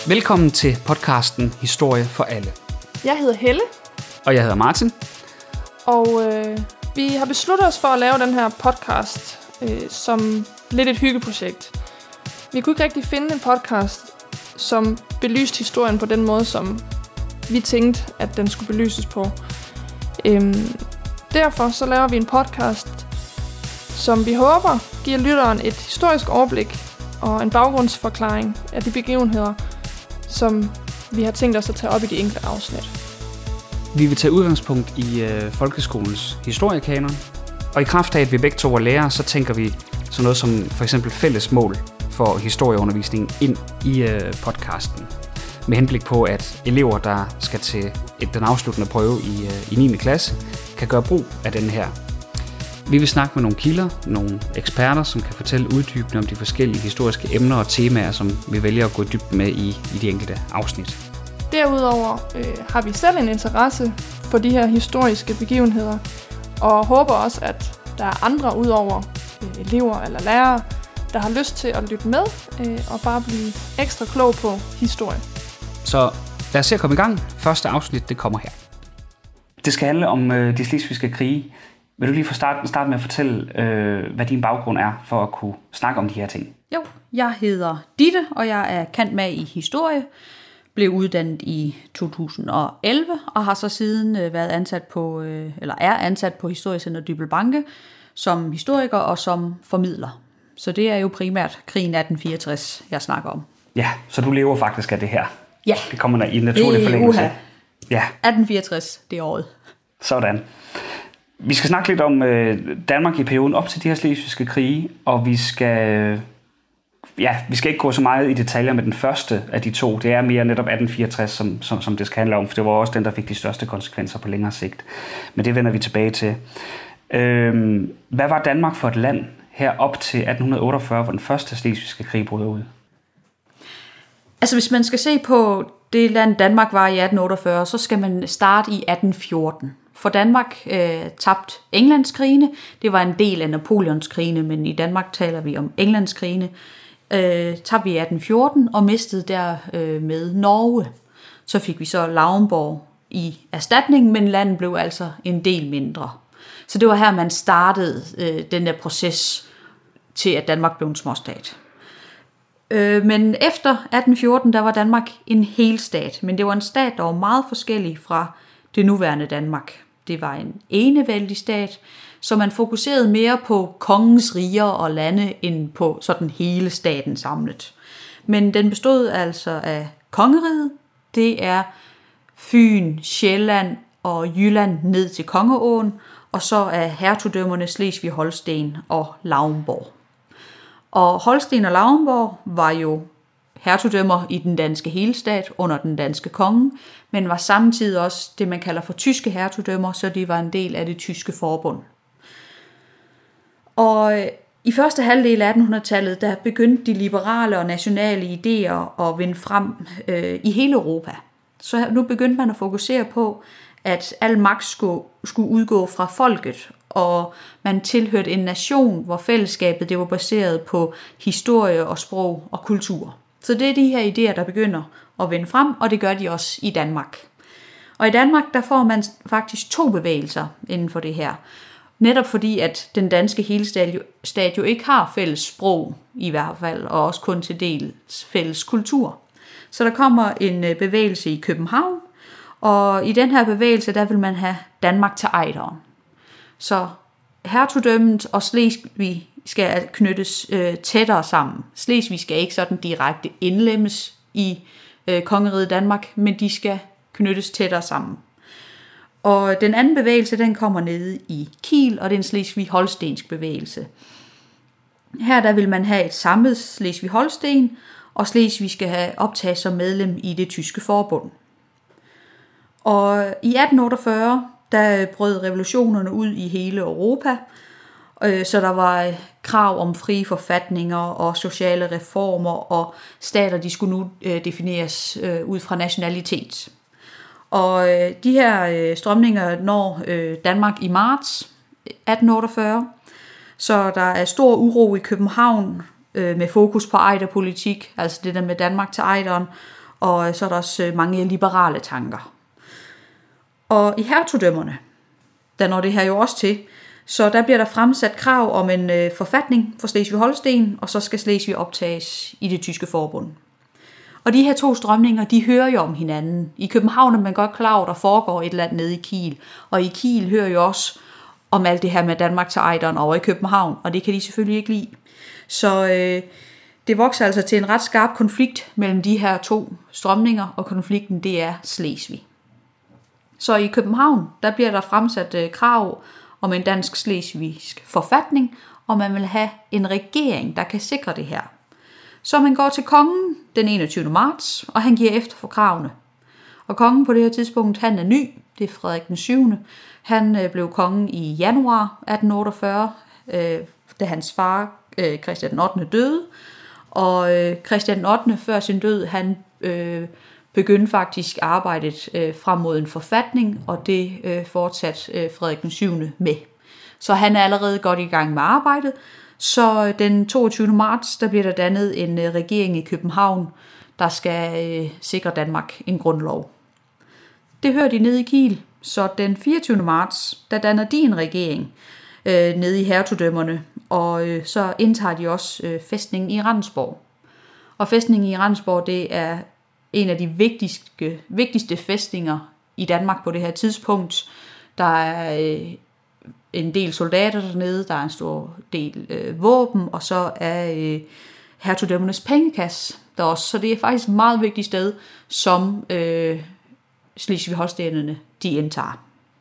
Velkommen til podcasten Historie for alle. Jeg hedder Helle. Og jeg hedder Martin. Og vi har besluttet os for at lave den her podcast som lidt et hyggeprojekt. Vi kunne ikke rigtig finde en podcast, som belyste historien på den måde, som vi tænkte, at den skulle belyses på. Derfor så laver vi en podcast, som vi håber giver lytteren et historisk overblik og en baggrundsforklaring af de begivenheder, som vi har tænkt os at tage op i de enkelte afsnit. Vi vil tage udgangspunkt i folkeskolens historiekanon, og i kraft af, at vi begge to er lærere, så tænker vi sådan noget som for eksempel fælles mål for historieundervisningen ind i podcasten. Med henblik på, at elever, der skal til den afsluttende prøve i 9. klasse, kan gøre brug af den her. Vi vil snakke med nogle kilder, nogle eksperter, som kan fortælle uddybende om de forskellige historiske emner og temaer, som vi vælger at gå dybt med i de enkelte afsnit. Derudover har vi selv en interesse for de her historiske begivenheder, og håber også, at der er andre udover elever eller lærere, der har lyst til at lytte med og bare blive ekstra klog på historie. Så lad os se at komme i gang. Første afsnit, det kommer her. Det skal handle om de slesvigske krige. Vil du lige få starte med at fortælle, hvad din baggrund er, for at kunne snakke om de her ting? Jo, jeg hedder Ditte, og jeg er cand. Mag i historie. Blev uddannet i 2011, og har så siden været ansat på, eller er ansat på Historiecenter Dybbøl Banke som historiker og som formidler. Så det er jo primært krigen 1864, jeg snakker om. Ja, så du lever faktisk af det her? Ja. Det kommer i en naturlig forlængelse? Ja. 1864, det er året. Sådan. Vi skal snakke lidt om Danmark i perioden op til de her slesvigske krige, og vi skal ikke gå så meget i detaljer med den første af de to. Det er mere netop 1864, som det skal handle om, for det var også den, der fik de største konsekvenser på længere sigt. Men det vender vi tilbage til. Hvad var Danmark for et land her op til 1848, hvor den første slesvigske krig brød ud? Altså hvis man skal se på det land, Danmark var i 1848, så skal man starte i 1814. For Danmark tabte Englandskrigene. Det var en del af Napoleonskrigene, men i Danmark taler vi om Englandskrigene. Tabte vi i 1814 og mistede der med Norge. Så fik vi så Lauenborg i erstatning, men landet blev altså en del mindre. Så det var her, man startede den der proces til, at Danmark blev en småstat. Men efter 1814, der var Danmark en helstat, men det var en stat, der var meget forskellig fra det nuværende Danmark. Det var en enevældig stat, så man fokuserede mere på kongens riger og lande, end på sådan hele staten samlet. Men den bestod altså af kongeriget, det er Fyn, Sjælland og Jylland ned til Kongeåen, og så af hertugdømmerne Slesvig-Holsten og Lauenborg. Og Holsten og Lauenborg var jo hertugdømmer i den danske helstat under den danske konge, men var samtidig også det, man kalder for tyske hertugdømmer, så de var en del af det tyske forbund. Og i første halvdel af 1800-tallet, der begyndte de liberale og nationale idéer at vinde frem i hele Europa. Så nu begyndte man at fokusere på, at al magt skulle udgå fra folket, og man tilhørte en nation, hvor fællesskabet det var baseret på historie og sprog og kultur. Så det er de her idéer, der begynder at vinde frem, og det gør de også i Danmark. Og i Danmark, der får man faktisk 2 bevægelser inden for det her. Netop fordi, at den danske helstat jo ikke har fælles sprog i hvert fald, og også kun til dels fælles kultur. Så der kommer en bevægelse i København, og i den her bevægelse, der vil man have Danmark til ejderen. Så hertugdømmet og Slesvig skal knyttes tættere sammen. Slesvig skal ikke sådan direkte indlemmes i kongeriget Danmark, men de skal knyttes tættere sammen. Og den anden bevægelse, den kommer nede i Kiel, og det er en Slesvig-Holstensk bevægelse. Her der vil man have et samlet Slesvig-Holsten, og Slesvig skal have optaget som medlem i det tyske forbund. Og i 1848, der brød revolutionerne ud i hele Europa, så der var krav om frie forfatninger og sociale reformer, og stater de skulle nu defineres ud fra nationalitet. Og de her strømninger når Danmark i marts 1848, så der er stor uro i København med fokus på ejderpolitik, altså det der med Danmark til ejderen, og så er der også mange liberale tanker. Og i hertugdømmerne, der når det her jo også til, så der bliver der fremsat krav om en forfatning for Slesvig-Holsten, og så skal Slesvig optages i det tyske forbund. Og de her to strømninger, de hører jo om hinanden. I København er man godt klar over, der foregår et eller andet nede i Kiel, og i Kiel hører jo også om alt det her med Danmark til Ejderen over i København, og det kan de selvfølgelig ikke lide. Så det vokser altså til en ret skarp konflikt mellem de her to strømninger, og konflikten det er Slesvig. Så i København, der bliver der fremsat krav om en dansk-slesvigsk forfatning, og man vil have en regering, der kan sikre det her. Så man går til kongen den 21. marts, og han giver efter for kravene. Og kongen på det her tidspunkt, han er ny, det er Frederik den 7. Han blev konge i januar 1848, da hans far Christian den 8. døde. Og Christian den 8. før sin død, han begyndte faktisk arbejdet frem mod en forfatning, og det fortsatte Frederik den 7. med. Så han er allerede godt i gang med arbejdet. Så den 22. marts, der bliver der dannet en regering i København, der skal sikre Danmark en grundlov. Det hører de nede i Kiel, så den 24. marts, der danner de en regering nede i hertugdømmerne, og så indtager de også fæstningen i Rendsborg. Og fæstningen i Rendsborg, det er en af de vigtigste fæstninger i Danmark på det her tidspunkt. Der er en del soldater dernede, der er en stor del våben, og så er hertugdømmernes pengekasse der også. Så det er faktisk et meget vigtigt sted, som Slesvig-Holstenerne de indtager.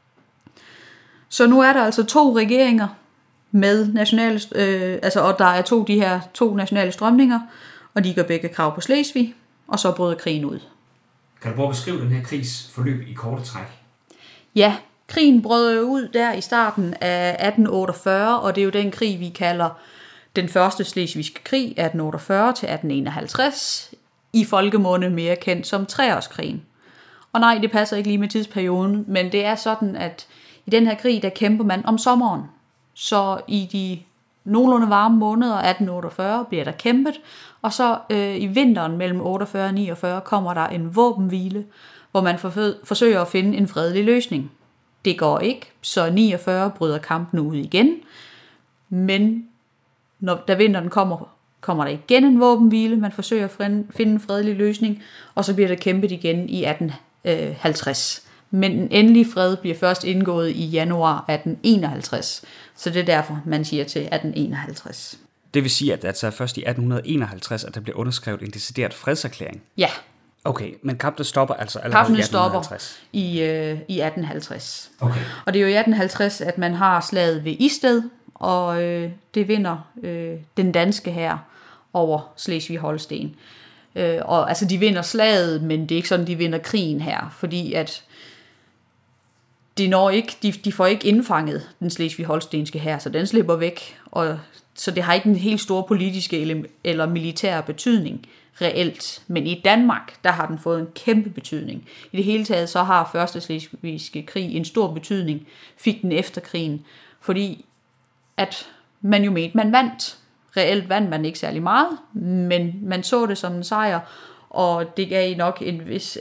Så nu er der altså to regeringer med nationale, og der er de her to nationale strømninger, og de gør begge krav på Slesvig, og så bryder krigen ud. Kan du prøve at beskrive den her krigs forløb i korte træk? Ja, krigen brød ud der i starten af 1848, og det er jo den krig, vi kalder den første slesvigske krig, 1848 til 1851, i folkemunde mere kendt som Treårskrigen. Og nej, det passer ikke lige med tidsperioden, men det er sådan, at i den her krig, der kæmper man om sommeren. Så i de nogenlunde varme måneder 1848 bliver der kæmpet, og så i vinteren mellem 48 og 49 kommer der en våbenhvile, hvor man forsøger at finde en fredelig løsning. Det går ikke, så 49 bryder kampen ud igen, men da vinteren kommer der igen en våbenhvile, man forsøger at finde en fredelig løsning, og så bliver der kæmpet igen i 1850. Men den endelige fred bliver først indgået i januar 1851, så det er derfor, man siger til 1851. Det vil sige, at det er først i 1851, at der bliver underskrevet en decideret fredserklæring? Ja. Okay, men kampene stopper altså allerede i 1850? I 1850. Okay. Og det er jo i 1850, at man har slaget ved Isted, og det vinder den danske hær over Slesvig-Holsten. Og altså, de vinder slaget, men det er ikke sådan, de vinder krigen her, fordi at de får ikke indfanget den slesvig-holstenske hær, så den slipper væk, og så det har ikke en helt stor politiske eller militær betydning reelt, men i Danmark, der har den fået en kæmpe betydning. I det hele taget, så har første slesvigske krig en stor betydning, fik den efter krigen, fordi at man jo mente, man vandt. Reelt vandt man ikke særlig meget, men man så det som en sejr, og det gav nok en vis,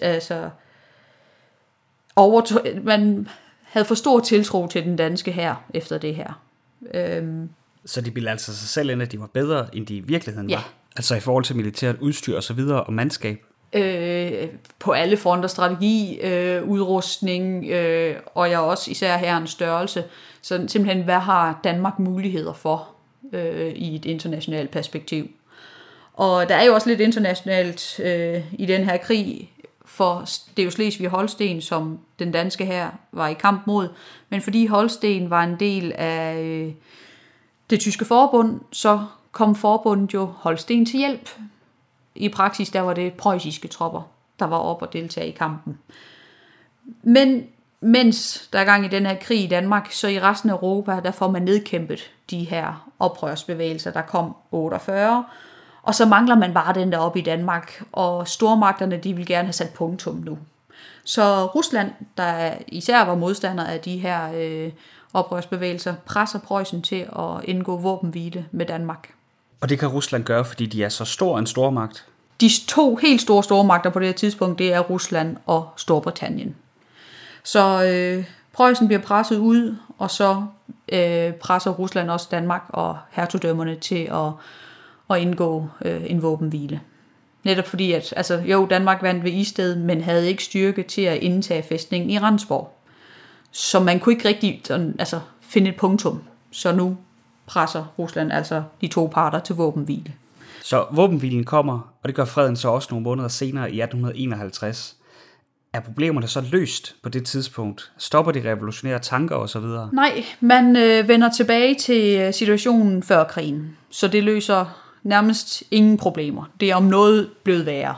man havde for stor tiltro til den danske hær efter det her. Så de bildte altså sig selv ind, at de var bedre, end de i virkeligheden var? Ja. Altså i forhold til militært udstyr og så videre, og mandskab? På alle fronter, strategi, udrustning, og jeg også især hærens størrelse. Så simpelthen, hvad har Danmark muligheder for i et internationalt perspektiv? Og der er jo også lidt internationalt i den her krig, for det er jo Slesvig-Holsten, som den danske hær var i kamp mod, men fordi Holsten var en del af det tyske forbund, så kom forbundet jo Holsten til hjælp. I praksis, der var det preussiske tropper, der var op og deltage i kampen. Men mens der er gang i den her krig i Danmark, så i resten af Europa, der får man nedkæmpet de her oprørsbevægelser, der kom 48. Og så mangler man bare den der op i Danmark, og stormagterne, de vil gerne have sat punktum nu. Så Rusland, der især var modstander af de her oprørsbevægelser, presser Preussen til at indgå våbenhvile med Danmark. Og det kan Rusland gøre, fordi de er så stor en stormagt? de 2 helt store stormagter på det her tidspunkt, det er Rusland og Storbritannien. Så Preussen bliver presset ud, og så presser Rusland også Danmark og hertugdømmerne til at indgå en våbenhvile. Netop fordi, at Danmark vandt ved Isted, men havde ikke styrke til at indtage fæstningen i Rendsborg. Så man kunne ikke rigtig finde et punktum. Så nu presser Rusland altså de 2 parter til våbenhvile. Så våbenhvilen kommer, og det gør freden så også nogle måneder senere i 1851. Er problemerne så løst på det tidspunkt? Stopper de revolutionære tanker osv.? Nej, man vender tilbage til situationen før krigen. Så det løser nærmest ingen problemer. Det er om noget blevet værre.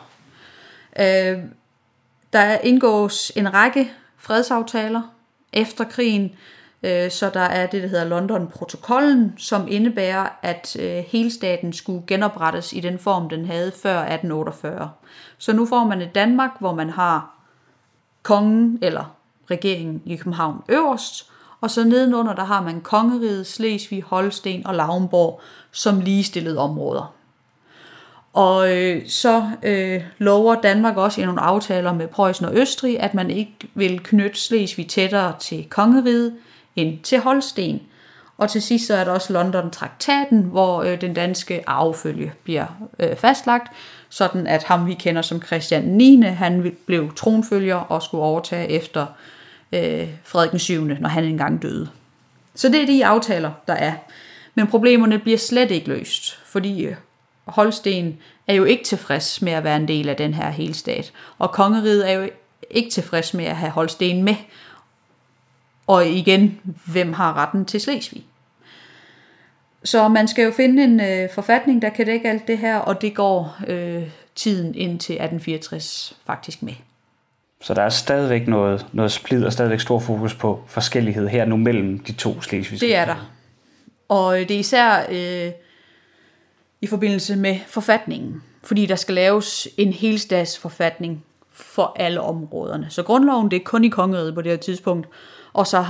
Der indgås en række fredsaftaler efter krigen, så der er det, der hedder London-protokollen, som indebærer, at hele staten skulle genoprettes i den form, den havde før 1848. Så nu får man et Danmark, hvor man har kongen eller regeringen i København øverst, og så nedenunder der har man kongeriget, Slesvig, Holsten og Lauenborg som ligestillede områder. Og så lover Danmark også i nogle aftaler med Preussen og Østrig, at man ikke vil knytte Slesvig tættere til kongeriget end til Holsten. Og til sidst så er der også London-traktaten, hvor den danske arvefølge bliver fastlagt, sådan at ham vi kender som Christian 9. han blev tronfølger og skulle overtage efter Frederik den 7., når han engang døde. Så det er de aftaler, der er. Men problemerne bliver slet ikke løst, fordi Holsten er jo ikke tilfreds med at være en del af den her helstat, og kongeriget er jo ikke tilfreds med at have Holsten med. Og igen, hvem har retten til Slesvig? Så man skal jo finde en forfatning, der kan dække alt det her, og det går tiden indtil 1864 faktisk med. Så der er stadigvæk noget splid og stadigvæk stor fokus på forskellighed her nu mellem de 2 slesvigske. Det er der. Og det er især i forbindelse med forfatningen, fordi der skal laves en helstatsforfatning for alle områderne. Så grundloven, det er kun i kongeriget på det her tidspunkt, og så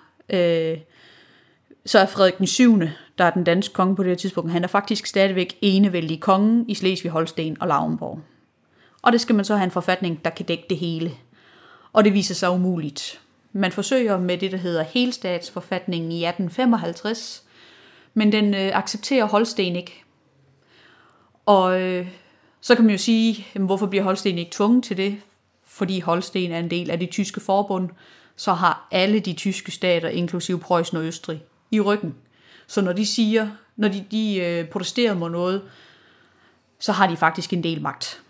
er Frederik den 7., der er den danske konge på det her tidspunkt, han er faktisk stadigvæk enevældig konge i Slesvig, Holsten og Lauenborg. Og det skal man så have en forfatning, der kan dække det hele. Og det viser sig umuligt. Man forsøger med det, der hedder helstatsforfatningen i 1855, men den accepterer Holsten ikke. Og så kan man jo sige, hvorfor bliver Holsten ikke tvunget til det? Fordi Holsten er en del af det tyske forbund, så har alle de tyske stater, inklusive Preussen og Østrig, i ryggen. Så når de protesterer mod noget, så har de faktisk en del magt.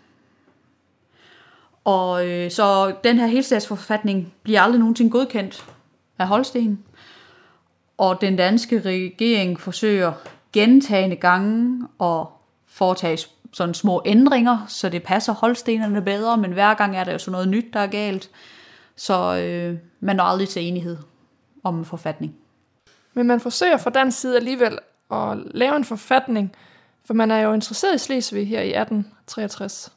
Og så den her helstatsforfatning bliver aldrig nogensinde godkendt af Holsten. Og den danske regering forsøger gentagne gange at foretage sådan små ændringer, så det passer holstenerne bedre, men hver gang er der jo sådan noget nyt, der er galt. Så man når aldrig til enighed om en forfatning. Men man forsøger fra dansk side alligevel at lave en forfatning, for man er jo interesseret i Slesvig her i 1863.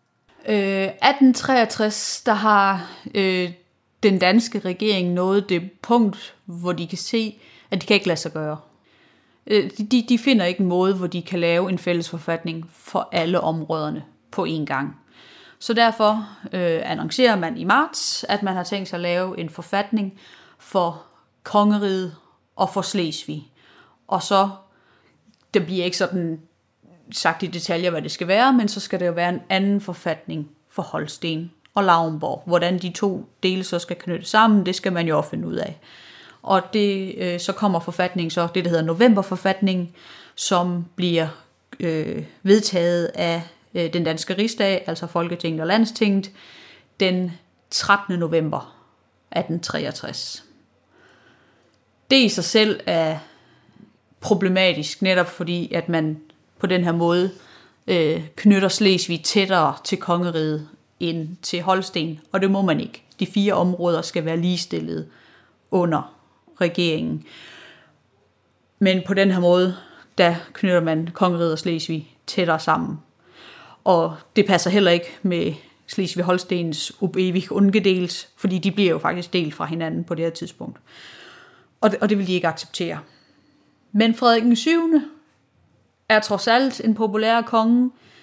1863, der har den danske regering nået det punkt, hvor de kan se, at de kan ikke lade sig gøre. De finder ikke en måde, hvor de kan lave en fælles forfatning for alle områderne på én gang. Så derfor annoncerer man i marts, at man har tænkt sig at lave en forfatning for kongeriget og for Slesvig. Og så, det bliver ikke sådan sagt i detaljer, hvad det skal være, men så skal det jo være en anden forfatning for Holsten og Lauenborg. Hvordan de 2 dele så skal knyttes sammen, det skal man jo også finde ud af. Og det, så kommer forfatningen så, det der hedder novemberforfatningen, som bliver vedtaget af den danske rigsdag, altså Folketinget og Landstinget, den 13. november 1863. Det i sig selv er problematisk, netop fordi, at man på den her måde knytter Slesvig tættere til kongeriget end til Holsten, og det må man ikke. De 4 områder skal være ligestillede under regeringen. Men på den her måde, der knytter man kongeriget og Slesvig tættere sammen. Og det passer heller ikke med Slesvig-Holstens ewig ungedelt, fordi de bliver jo faktisk delt fra hinanden på det her tidspunkt. Og det vil de ikke acceptere. Men Frederik den 7. er trods alt en populær konge,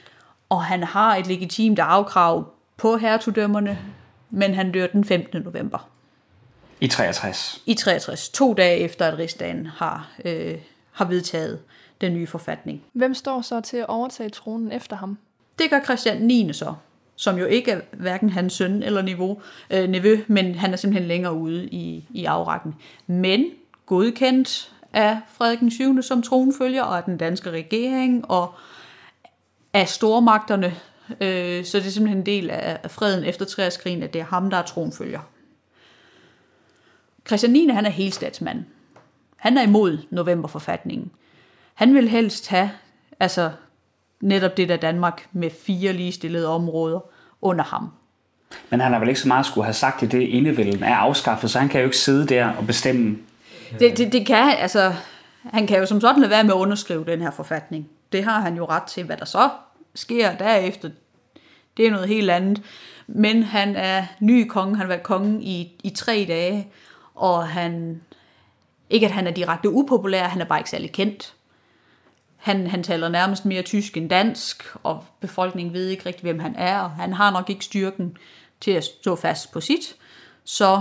og han har et legitimt afkrav på hertugdømmerne, men han dør den 15. november. I 63. I 63, 2 dage efter, at rigsdagen har vedtaget den nye forfatning. Hvem står så til at overtage tronen efter ham? Det gør Christian 9. så, som jo ikke er hverken hans søn eller nevø, men han er simpelthen længere ude i afrækken. Men godkendt af Frederik den 7. som tronfølger, og af den danske regering, og af stormagterne. Så det er simpelthen en del af freden efter treårskrigen, at det er ham, der er tronfølger. Christian 9. han er helstatsmand. Han er imod novemberforfatningen. Han vil helst have netop det der Danmark med 4 ligestillede områder under ham. Men han har vel ikke så meget skulle have sagt i det, indevælden er afskaffet, så han kan jo ikke sidde der og bestemme. Det kan, han kan jo som sådan lade være med at underskrive den her forfatning. Det har han jo ret til. Hvad der så sker derefter, det er noget helt andet. Men han er ny konge, han har været konge i 3 dage, og ikke at han er direkte upopulær, han er bare ikke særlig kendt. Han taler nærmest mere tysk end dansk, og befolkningen ved ikke rigtig, hvem han er, og han har nok ikke styrken til at stå fast på sit. Så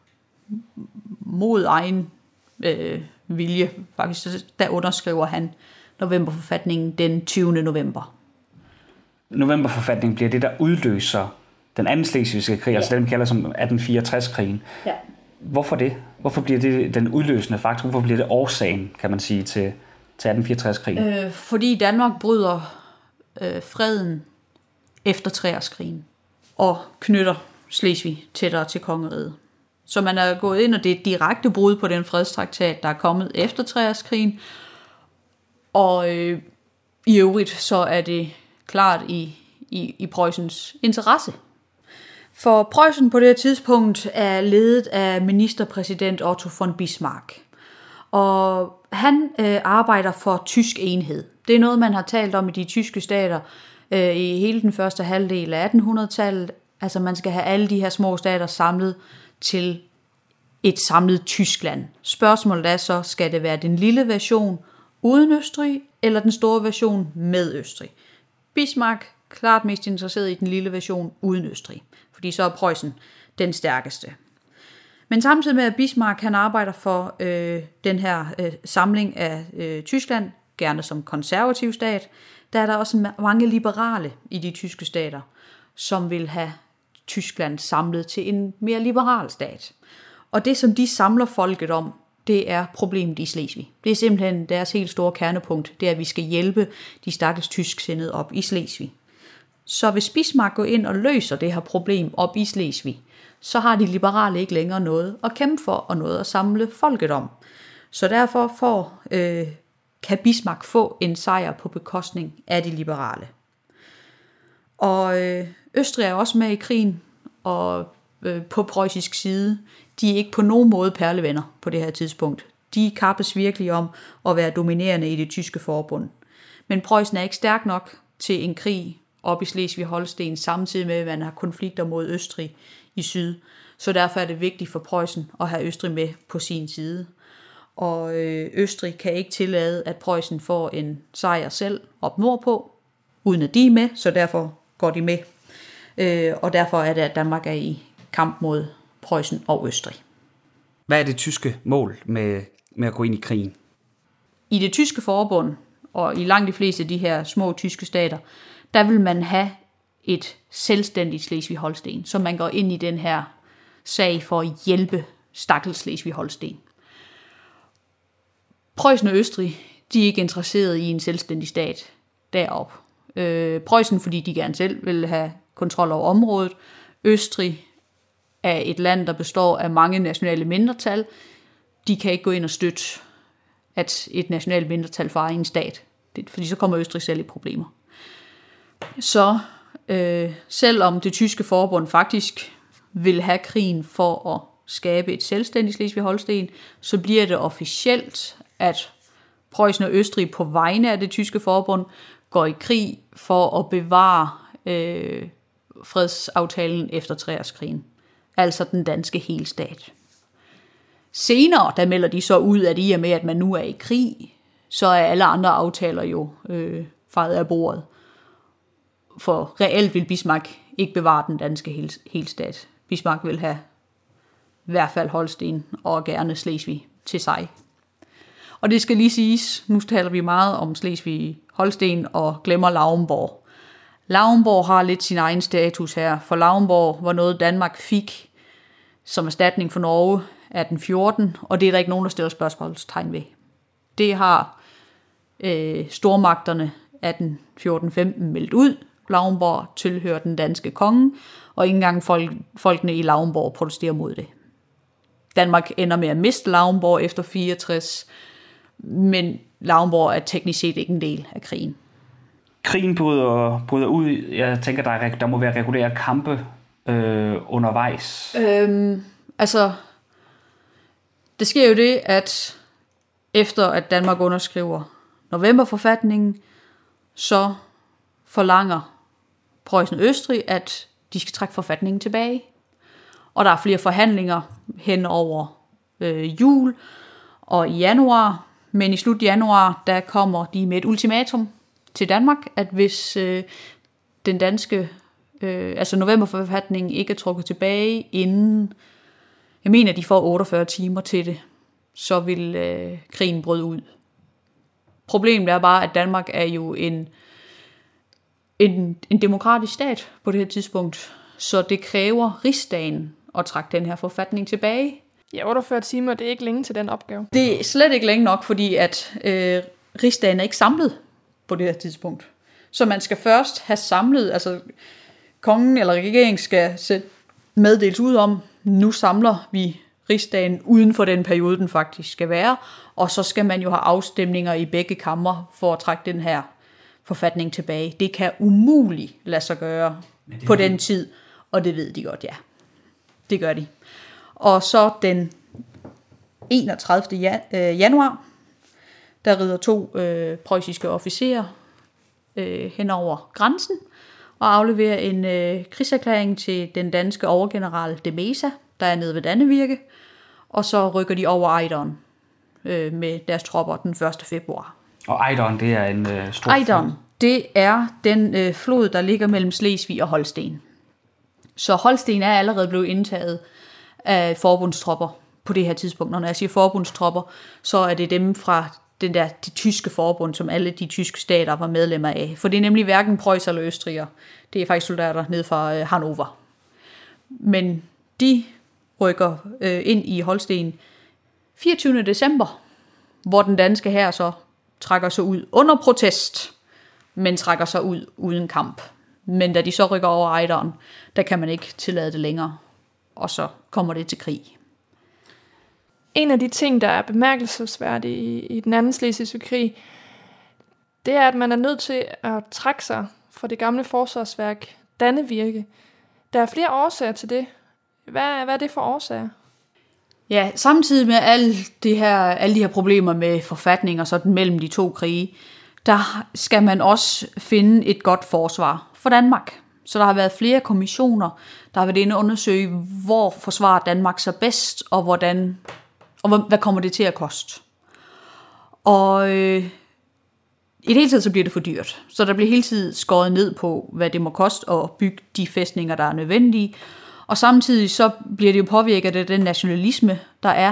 mod egen vilje, faktisk, der underskriver han novemberforfatningen den 20. november. Novemberforfatningen bliver det, der udløser den anden slesvigske krig, altså den, vi kalder som 1864-krigen. Ja. Hvorfor det? Hvorfor bliver det den udløsende faktor? Hvorfor bliver det årsagen, kan man sige, til 1864-krigen? Fordi Danmark bryder freden efter treårskrigen og knytter Slesvig tættere til kongeriget. Så man er gået ind, og det er et direkte brud på den fredstraktat, der er kommet efter treårskrigen. Og i øvrigt så er det klart i Preussens interesse. For Preussen på det her tidspunkt er ledet af ministerpræsident Otto von Bismarck. Og han arbejder for tysk enhed. Det er noget, man har talt om i de tyske stater i hele den første halvdel af 1800-tallet. Altså man skal have alle de her små stater samlet til et samlet Tyskland. Spørgsmålet er så, skal det være den lille version uden Østrig, eller den store version med Østrig? Bismarck klart mest interesseret i den lille version uden Østrig, fordi så er Preussen den stærkeste. Men samtidig med, at Bismarck han arbejder for den her samling af Tyskland, gerne som konservativ stat, der er der også mange liberale i de tyske stater, som vil have Tyskland samlet til en mere liberal stat. Og det, som de samler folket om, det er problemet i Slesvig. Det er simpelthen deres helt store kernepunkt, det er, at vi skal hjælpe de stakkels tysksindede op i Slesvig. Så hvis Bismarck går ind og løser det her problem op i Slesvig, så har de liberale ikke længere noget at kæmpe for og noget at samle folket om. Så derfor kan Bismarck få en sejr på bekostning af de liberale. Og Østrig er også med i krigen, og på preussisk side, de er ikke på nogen måde perlevenner på det her tidspunkt. De kappes virkelig om at være dominerende i det tyske forbund. Men Preussen er ikke stærk nok til en krig op i Slesvig-Holsten, samtidig med, at man har konflikter mod Østrig i syd. Så derfor er det vigtigt for Preussen at have Østrig med på sin side. Og Østrig kan ikke tillade, at Preussen får en sejr selv op nordpå, uden at de er med, så derfor går de med. Og derfor er det, at Danmark er i kamp mod Preussen og Østrig. Hvad er det tyske mål med at gå ind i krigen? I det tyske forbund, og i langt de fleste af de her små tyske stater, der vil man have et selvstændigt Slesvig-Holsten, så man går ind i den her sag for at hjælpe stakkels Slesvig-Holsten. Preussen og Østrig, de er ikke interesseret i en selvstændig stat deroppe. Preussen, fordi de gerne selv vil have kontrol over området. Østrig er et land, der består af mange nationale mindretal. De kan ikke gå ind og støtte, at et nationalt mindretal får en stat, fordi så kommer Østrig selv i problemer. Så selvom det tyske forbund faktisk vil have krigen for at skabe et selvstændigt Slesvig-Holsten, så bliver det officielt, at Preussen og Østrig på vegne af det tyske forbund går i krig for at bevare fredsaftalen efter treårskrigen. Altså den danske helstat. Senere, der melder de så ud, at i og med, at man nu er i krig, så er alle andre aftaler jo fejet af bordet. For reelt vil Bismarck ikke bevare den danske helstat. Bismarck vil have i hvert fald Holsten og gerne Slesvig til sig. Og det skal lige siges, nu taler vi meget om Slesvig-Holsten og glemmer Lauenborg. Lauenborg har lidt sin egen status her, for Lauenborg var noget Danmark fik som erstatning for Norge 1814, og det er der ikke nogen, der stiller spørgsmålstegn ved. Det har stormagterne 1814-15 meldt ud. Lauenborg tilhører den danske konge, og ikke engang folkene i Lauenborg protesterer mod det. Danmark ender med at miste Lauenborg efter 64, men Lauenborg er teknisk set ikke en del af krigen. Krigen bryder ud. Jeg tænker, der må være regulære kampe undervejs. Det sker jo det, at efter at Danmark underskriver novemberforfatningen, så forlanger Preussen Østrig, at de skal trække forfatningen tilbage. Og der er flere forhandlinger hen over jul og i januar. Men i slut januar, der kommer de med et ultimatum til Danmark, at hvis den danske, novemberforfatningen ikke er trukket tilbage inden, jeg mener, de får 48 timer til det, så vil krigen bryde ud. Problemet er bare, at Danmark er jo en demokratisk stat på det her tidspunkt, så det kræver rigsdagen at trække den her forfatning tilbage. Ja, 48 timer, det er ikke længe til den opgave. Det er slet ikke længe nok, fordi at rigsdagen er ikke samlet på det her tidspunkt. Så man skal først have samlet, altså kongen eller regeringen skal sætte meddelelse ud om, nu samler vi rigsdagen uden for den periode, den faktisk skal være, og så skal man jo have afstemninger i begge kamre for at trække den her forfatning tilbage. Det kan umuligt lade sig gøre på den tid, og det ved de godt, ja. Det gør de. Og så den 31. januar, der rider 2 preussiske officerer hen over grænsen og afleverer en krigserklæring til den danske overgeneral de Meza, der er nede ved Dannevirke, og så rykker de over Ejderen med deres tropper den 1. februar. Og Ejderen, det er en stor Ejderen, det er den flod, der ligger mellem Slesvig og Holsten. Så Holsten er allerede blevet indtaget af forbundstropper på det her tidspunkt. Når jeg siger forbundstropper, så er det dem fra de tyske forbund, som alle de tyske stater var medlemmer af. For det er nemlig hverken Preuss eller Østriger. Det er faktisk soldater ned fra Hannover. Men de rykker ind i Holsten 24. december, hvor den danske hær så trækker sig ud under protest, men trækker sig ud uden kamp. Men da de så rykker over Ejderen, der kan man ikke tillade det længere, og så kommer det til krig. En af de ting, der er bemærkelsesværdige i den anden slesvigske krig, det er, at man er nødt til at trække sig fra det gamle forsvarsværk Dannevirke. Der er flere årsager til det. Hvad er det for årsager? Ja, samtidig med alle de her problemer med forfatninger sådan mellem de 2 krige, der skal man også finde et godt forsvar for Danmark. Så der har været flere kommissioner, der har været inde og undersøge, hvor forsvarer Danmark sig bedst, og hvad kommer det til at koste. Og i det hele taget så bliver det for dyrt. Så der bliver hele tiden skåret ned på, hvad det må koste at bygge de fæstninger, der er nødvendige. Og samtidig så bliver det jo påvirket af den nationalisme, der er.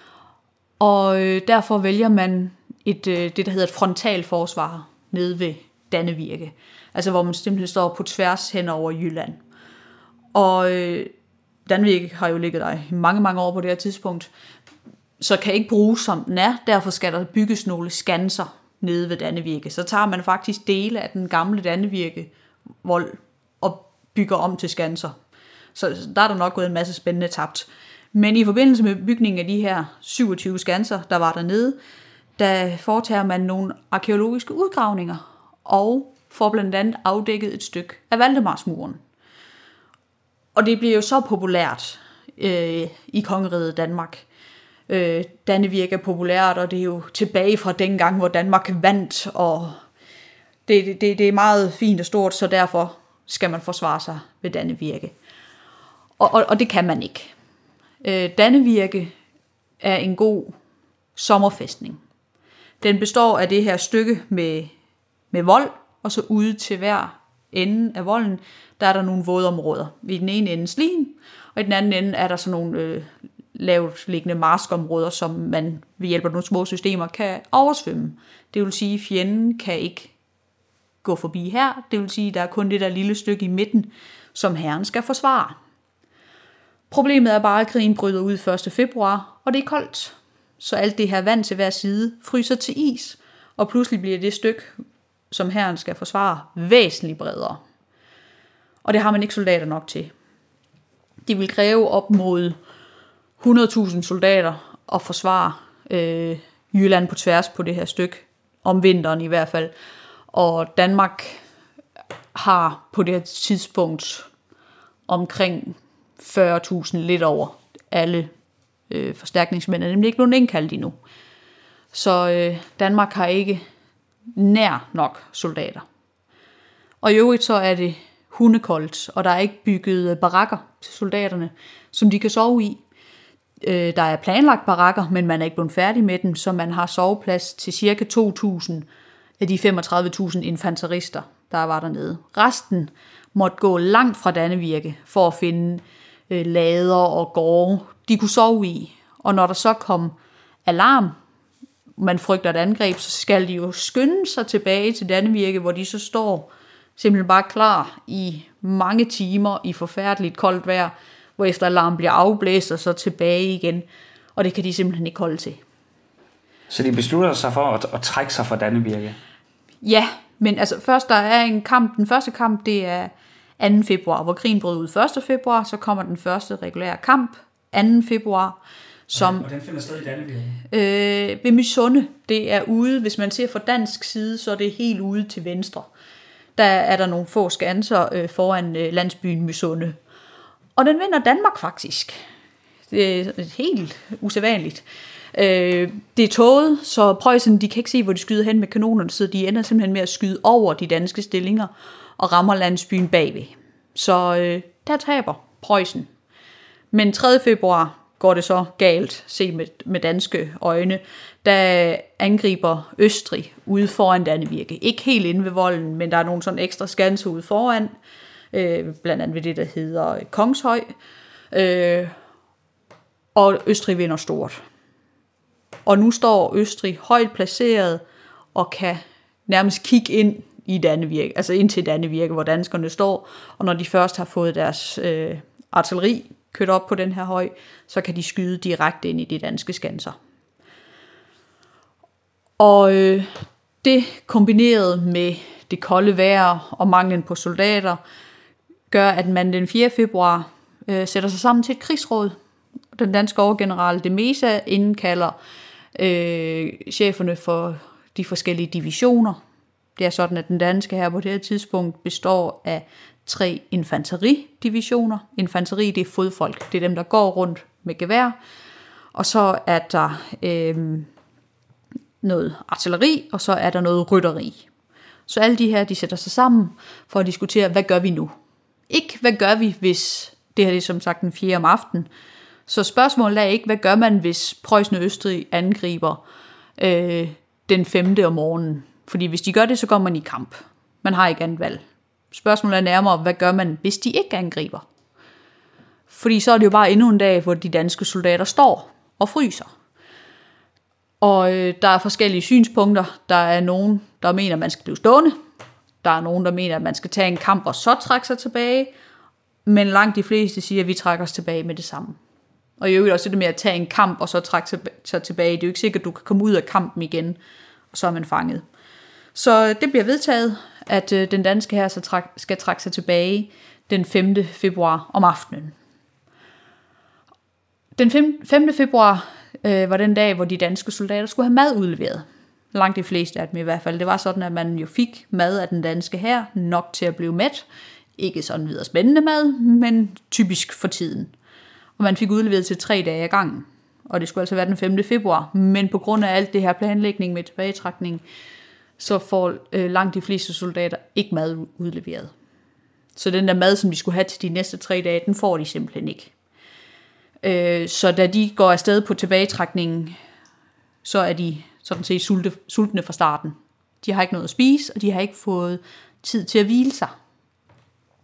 Og derfor vælger man det, der hedder et frontalforsvar nede ved Dannevirke. Altså hvor man simpelthen står på tværs hen over Jylland. Og Dannevirke har jo ligget der i mange, mange år på det her tidspunkt. Så kan ikke bruges som den er. Derfor skal der bygges nogle skanser nede ved Dannevirke. Så tager man faktisk dele af den gamle Dannevirke-vold og bygger om til skanser. Så der er der nok gået en masse spændende tabt. Men i forbindelse med bygningen af de her 27 skanser, der var dernede, der foretager man nogle arkæologiske udgravninger og får blandt andet afdækket et stykke af Valdemarsmuren. Og det bliver jo så populært i kongeriget Danmark. Dannevirke er populært, og det er jo tilbage fra dengang, hvor Danmark vandt, og det er meget fint og stort, så derfor skal man forsvare sig ved Dannevirke. Og det kan man ikke. Dannevirke er en god sommerfæstning. Den består af det her stykke med vold, og så ude til hver ende af volden, der er der nogle vådområder. I den ene ende slien, og i den anden ende er der sådan nogle lavt liggende marskområder, som man ved hjælp af nogle små systemer kan oversvømme. Det vil sige, at fjenden kan ikke gå forbi her. Det vil sige, at der er kun det der lille stykke i midten, som herren skal forsvare. Problemet er bare, at krigen bryder ud 1. februar, og det er koldt. Så alt det her vand til hver side fryser til is, og pludselig bliver det stykke, som herren skal forsvare, væsentligt bredere. Og det har man ikke soldater nok til. De vil kræve op mod 100.000 soldater at forsvare Jylland på tværs på det her stykke, om vinteren i hvert fald. Og Danmark har på det her tidspunkt omkring 40.000, lidt over alle forstærkningsmænd, er nemlig ikke blevet indkaldt endnu. Så Danmark har ikke nær nok soldater. Og i øvrigt så er det hundekoldt, og der er ikke bygget barakker til soldaterne, som de kan sove i. Der er planlagt barakker, men man er ikke blevet færdig med dem, så man har soveplads til ca. 2.000 af de 35.000 infanterister, der var dernede. Resten måtte gå langt fra Dannevirke for at finde lader og gårde, de kunne sove i. Og når der så kom alarm, man frygter et angreb, så skal de jo skynde sig tilbage til Dannevirke, hvor de så står simpelthen bare klar i mange timer i forfærdeligt koldt vejr, hvor efter alarm bliver afblæst og så tilbage igen. Og det kan de simpelthen ikke holde til. Så de beslutter sig for at trække sig fra Dannevirke? Ja, men altså først der er en kamp. Den første kamp, det er 2. februar, hvor krigen brød ud 1. februar. Så kommer den første regulære kamp 2. februar. Og den finder sted i Dannevirke? Ved Mysunde. Det er ude, hvis man ser fra dansk side, så er det helt ude til venstre. Der er der nogle få skanser foran landsbyen Mysunde. Og den vinder Danmark faktisk. Det er helt usædvanligt. Det er tåget, så Preussen, de kan ikke se, hvor de skyder hen med kanonerne, så de ender simpelthen med at skyde over de danske stillinger og rammer landsbyen bagved. Så der taber Preussen. Men 3. februar går det så galt, se med danske øjne. Der angriber Østrig ude foran Dannevirke. Ikke helt inde ved volden, men der er nogle sådan ekstra skanser ude foran. Blandt andet ved det, der hedder Kongshøj. Og Østrig vinder stort. Og nu står Østrig højt placeret og kan nærmest kigge ind i Dannevirke, altså ind til Dannevirke, hvor danskerne står. Og når de først har fået deres artilleri kørt op på den her høj, så kan de skyde direkte ind i de danske skanser. Og det kombineret med det kolde vejr og manglen på soldater, gør, at man den 4. februar sætter sig sammen til et krigsråd. Den danske overgeneral de Meza indkalder cheferne for de forskellige divisioner. Det er sådan, at den danske her på det her tidspunkt består af 3 infanteridivisioner. Infanteri, det er fodfolk. Det er dem, der går rundt med gevær. Og så er der noget artilleri, og så er der noget rytteri. Så alle de her, de sætter sig sammen for at diskutere, hvad gør vi nu? Ikke, hvad gør vi, hvis det her er som sagt den 4. om aftenen. Så spørgsmålet er ikke, hvad gør man, hvis Preussen og Østrig angriber den 5. om morgenen? Fordi hvis de gør det, så går man i kamp. Man har ikke andet valg. Spørgsmålet er nærmere, hvad gør man, hvis de ikke angriber? Fordi så er det jo bare endnu en dag, hvor de danske soldater står og fryser. Og der er forskellige synspunkter. Der er nogen, der mener, at man skal blive stående. Der er nogen, der mener, at man skal tage en kamp og så trække sig tilbage. Men langt de fleste siger, at vi trækker os tilbage med det samme. Og i øvrigt også det med at tage en kamp og så trække sig tilbage. Det er jo ikke sikkert, at du kan komme ud af kampen igen, og så er man fanget. Så det bliver vedtaget, at den danske hær så skal trække sig tilbage den 5. februar om aftenen. Den 5. februar var den dag, hvor de danske soldater skulle have mad udleveret. Langt de fleste af dem i hvert fald. Det var sådan, at man jo fik mad af den danske hær nok til at blive mæt. Ikke sådan videre spændende mad, men typisk for tiden. Og man fik udleveret til 3 dage ad gangen. Og det skulle altså være den 5. februar. Men på grund af alt det her planlægning med tilbagetrækning, så får langt de fleste soldater ikke mad udleveret. Så den der mad, som de skulle have til de næste 3 dage, den får de simpelthen ikke. Så da de går afsted på tilbagetrækningen, så er de sådan set sultne fra starten. De har ikke noget at spise, og de har ikke fået tid til at hvile sig.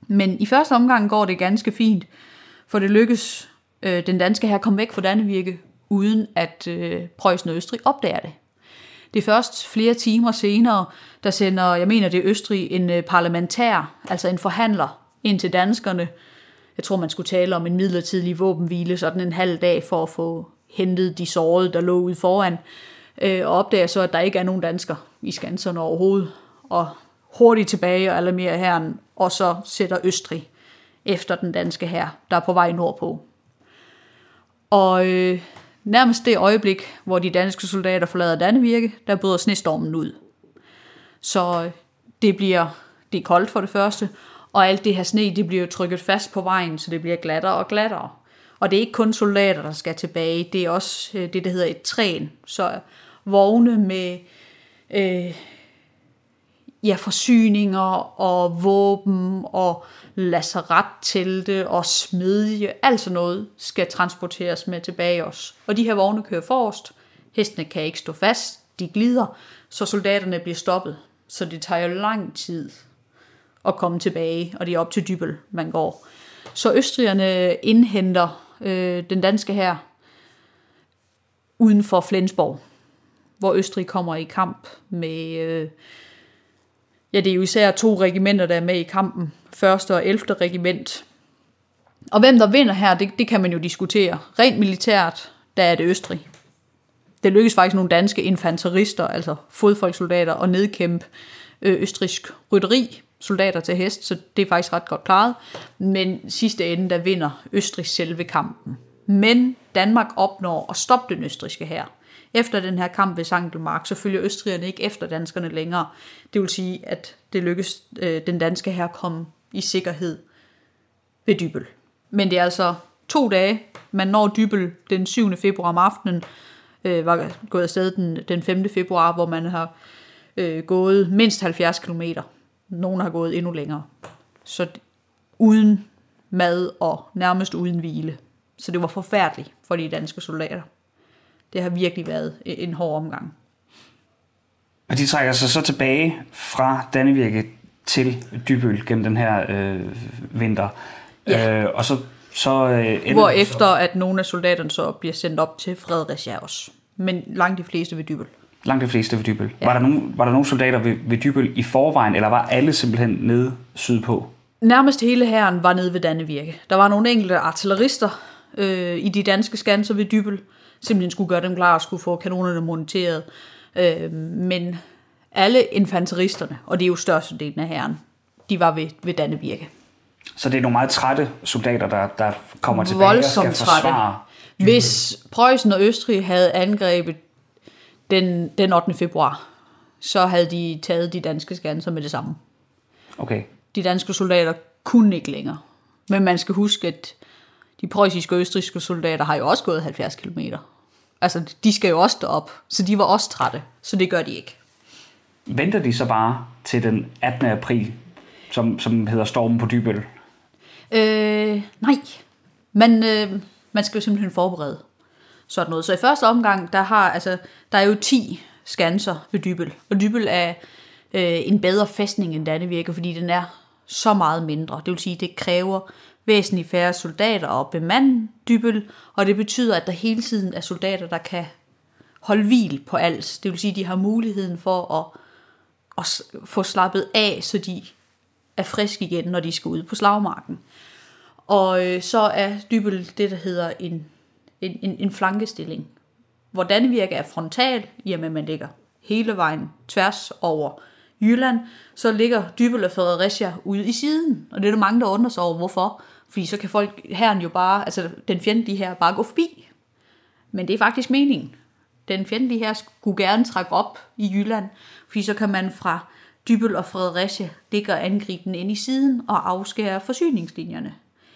Men i første omgang går det ganske fint, for det lykkes den danske hær at komme væk fra Dannevirke, uden at Preussen og Østrig opdager det. Det er først flere timer senere, der sender, jeg mener det er Østrig, en parlamentær, altså en forhandler, ind til danskerne. Jeg tror, man skulle tale om en midlertidig våbenhvile, sådan en halv dag for at få hentet de sårede, der lå ude foran, og opdager så, at der ikke er nogen dansker i skanserne overhovedet, og hurtigt tilbage og alarmerer hæren, og så sætter Østrig efter den danske hær, der er på vej nordpå. Og nærmest det øjeblik, hvor de danske soldater forlader Dannevirke, der bryder snestormen ud. Så det er koldt for det første, og alt det her sne, det bliver trykket fast på vejen, så det bliver glattere og glattere. Og det er ikke kun soldater, der skal tilbage, det er også det, der hedder et træn. Så vogne med forsyninger og våben og lazarettelte og smedje, alt sådan noget skal transporteres med tilbage også. Og de her vogne kører forrest, hestene kan ikke stå fast, de glider, så soldaterne bliver stoppet. Så det tager jo lang tid at komme tilbage, og det er op til Dybbøl, man går. Så østrigerne indhenter den danske hær uden for Flensborg, hvor Østrig kommer i kamp med... det er jo især 2 regimenter, der er med i kampen. 1. og 11. regiment. Og hvem der vinder her, det kan man jo diskutere. Rent militært, der er det Østrig. Det lykkes faktisk nogle danske infanterister, altså fodfolkssoldater, at nedkæmpe østrigsk rytteri, soldater til hest, så det er faktisk ret godt klaret. Men sidste ende, der vinder Østrig selve kampen. Men Danmark opnår at stoppe den østrigske hær. Efter den her kamp ved Sankelmark, så følger østrigerne ikke efter danskerne længere. Det vil sige, at det lykkes den danske hær komme i sikkerhed ved Dybbøl. Men det er altså 2 dage. Man når Dybbøl den 7. februar om aftenen, var gået afsted den 5. februar, hvor man har gået mindst 70 kilometer. Nogle har gået endnu længere. Så uden mad og nærmest uden hvile. Så det var forfærdeligt for de danske soldater. Det har virkelig været en hård omgang. Og de trækker sig så tilbage fra Dannevirke til Dybbøl gennem den her vinter. Ja. Og så hvorefter at nogle af soldaterne så bliver sendt op til Fredericia også. Men langt de fleste ved Dybbøl. Langt de fleste ved Dybbøl. Ja. Var der nogle soldater ved Dybbøl i forvejen, eller var alle simpelthen nede sydpå? Nærmest hele hæren var nede ved Dannevirke. Der var nogle enkelte artillerister i de danske skanser ved Dybbøl. Simpelthen skulle gøre dem klar og skulle få kanonerne monteret. Men alle infanteristerne, og det er jo størstedelen af hæren, de var ved Dannevirke. Så det er nogle meget trætte soldater, der kommer tilbage og skal forsvare Dybbøl. Hvis Preussen og Østrig havde angrebet den 8. februar, så havde de taget de danske skanser med det samme. Okay. De danske soldater kunne ikke længere. Men man skal huske, at de preussiske og østrigske soldater har jo også gået 70 kilometer. Altså, de skal jo også derop, så de var også trætte, så det gør de ikke. Venter de så bare til den 18. april, som hedder Stormen på Dybbøl? Nej, man skal jo simpelthen forberede sådan noget. Så i første omgang, der er jo 10 skanser ved Dybbøl, og Dybbøl er en bedre fæstning end Dannevirke, fordi den er så meget mindre. Det vil sige, det kræver væsentligt færre soldater og bemande Dybbøl, og det betyder, at der hele tiden er soldater, der kan holde hvil på alt. Det vil sige, at de har muligheden for at få slappet af, så de er friske igen, når de skal ud på slagmarken. Og så er Dybbøl det, der hedder en flankestilling, hvor Dannevirke er frontal, i og med, at man ligger hele vejen tværs over Jylland, så ligger Dybbøl og Fredericia ude i siden. Og det er der mange, der undrer sig over, hvorfor. Fordi så kan hæren jo bare, altså den fjendtlige her, bare gå forbi. Men det er faktisk meningen. Den fjendtlige her skulle gerne trække op i Jylland, fordi så kan man fra Dybbøl og Fredericia ligge og angribe den ind i siden og afskære forsyningslinjerne.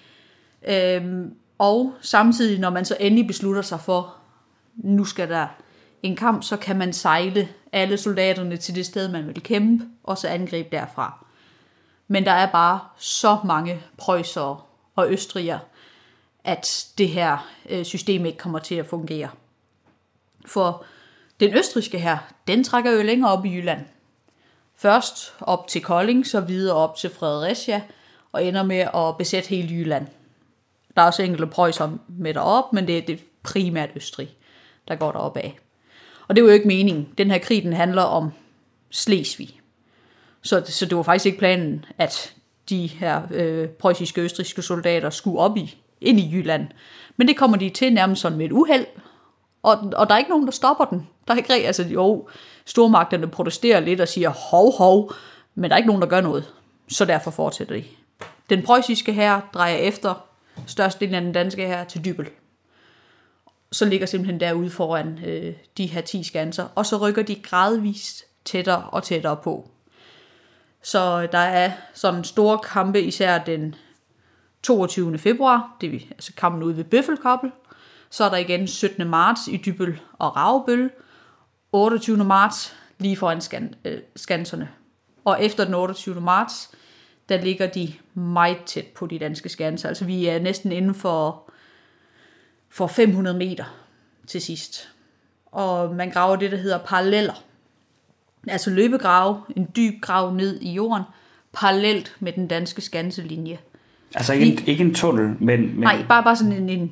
Og samtidig, når man så endelig beslutter sig for, nu skal der en kamp, så kan man sejle alle soldaterne til det sted, man vil kæmpe, og så angribe derfra. Men der er bare så mange preussere og østrigere, at det her system ikke kommer til at fungere. For den østrigske her, den trækker jo længere op i Jylland. Først op til Kolding, så videre op til Fredericia, og ender med at besætte hele Jylland. Der er også enkelte preussere med derop, men det er det primært Østrig, der går derop af. Og det er jo ikke meningen. Den her krig, den handler om Slesvig. Så det var faktisk ikke planen, at de her preussiske østrigske soldater skulle ind i Jylland. Men det kommer de til nærmest sådan med et uheld. Og der er ikke nogen, der stopper den. Der er ikke stormagterne protesterer lidt og siger hov, men der er ikke nogen, der gør noget. Så derfor fortsætter de. Den preussiske hær drejer efter størstedelen af den danske hær til Dybbøl. Så ligger simpelthen derude foran de her 10 skanser, og så rykker de gradvist tættere og tættere på. Så der er sådan store kampe, især den 22. februar, det er altså kampen ude ved Bøffelkoppel. Så er der igen 17. marts i Dybbøl og Ravbøl, 28. marts lige foran skanserne. Og efter den 28. marts, der ligger de meget tæt på de danske skanser. Altså vi er næsten inden for 500 meter til sidst. Og man graver det, der hedder paralleller. Altså løbegrave, en dyb grav ned i jorden, parallelt med den danske skanselinje. Altså ikke en tunnel, men... Nej, bare sådan en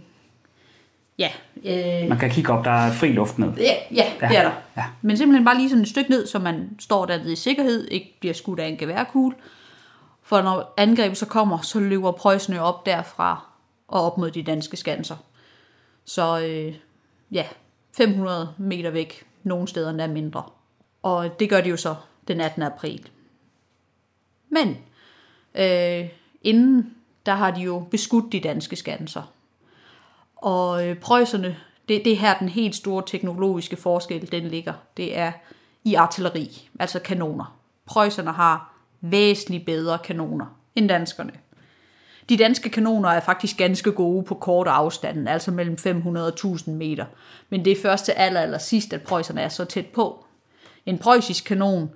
man kan kigge op, der er fri luft ned. Ja, det er der. Ja. Men simpelthen bare lige sådan et stykke ned, så man står dernede i sikkerhed, ikke bliver skudt af en geværkugle. For når angrebet så kommer, så løber preusserne op derfra og op mod de danske skanser. Så 500 meter væk, nogle steder endda mindre. Og det gør de jo så den 18. april. Men inden, der har de jo beskudt de danske skanser. Og preusserne, det er her den helt store teknologiske forskel, den ligger. Det er i artilleri, altså kanoner. Preusserne har væsentligt bedre kanoner end danskerne. De danske kanoner er faktisk ganske gode på korte afstande, altså mellem 500 og 1000 meter. Men det er først til aller sidst, at preusserne er så tæt på. En preussisk kanon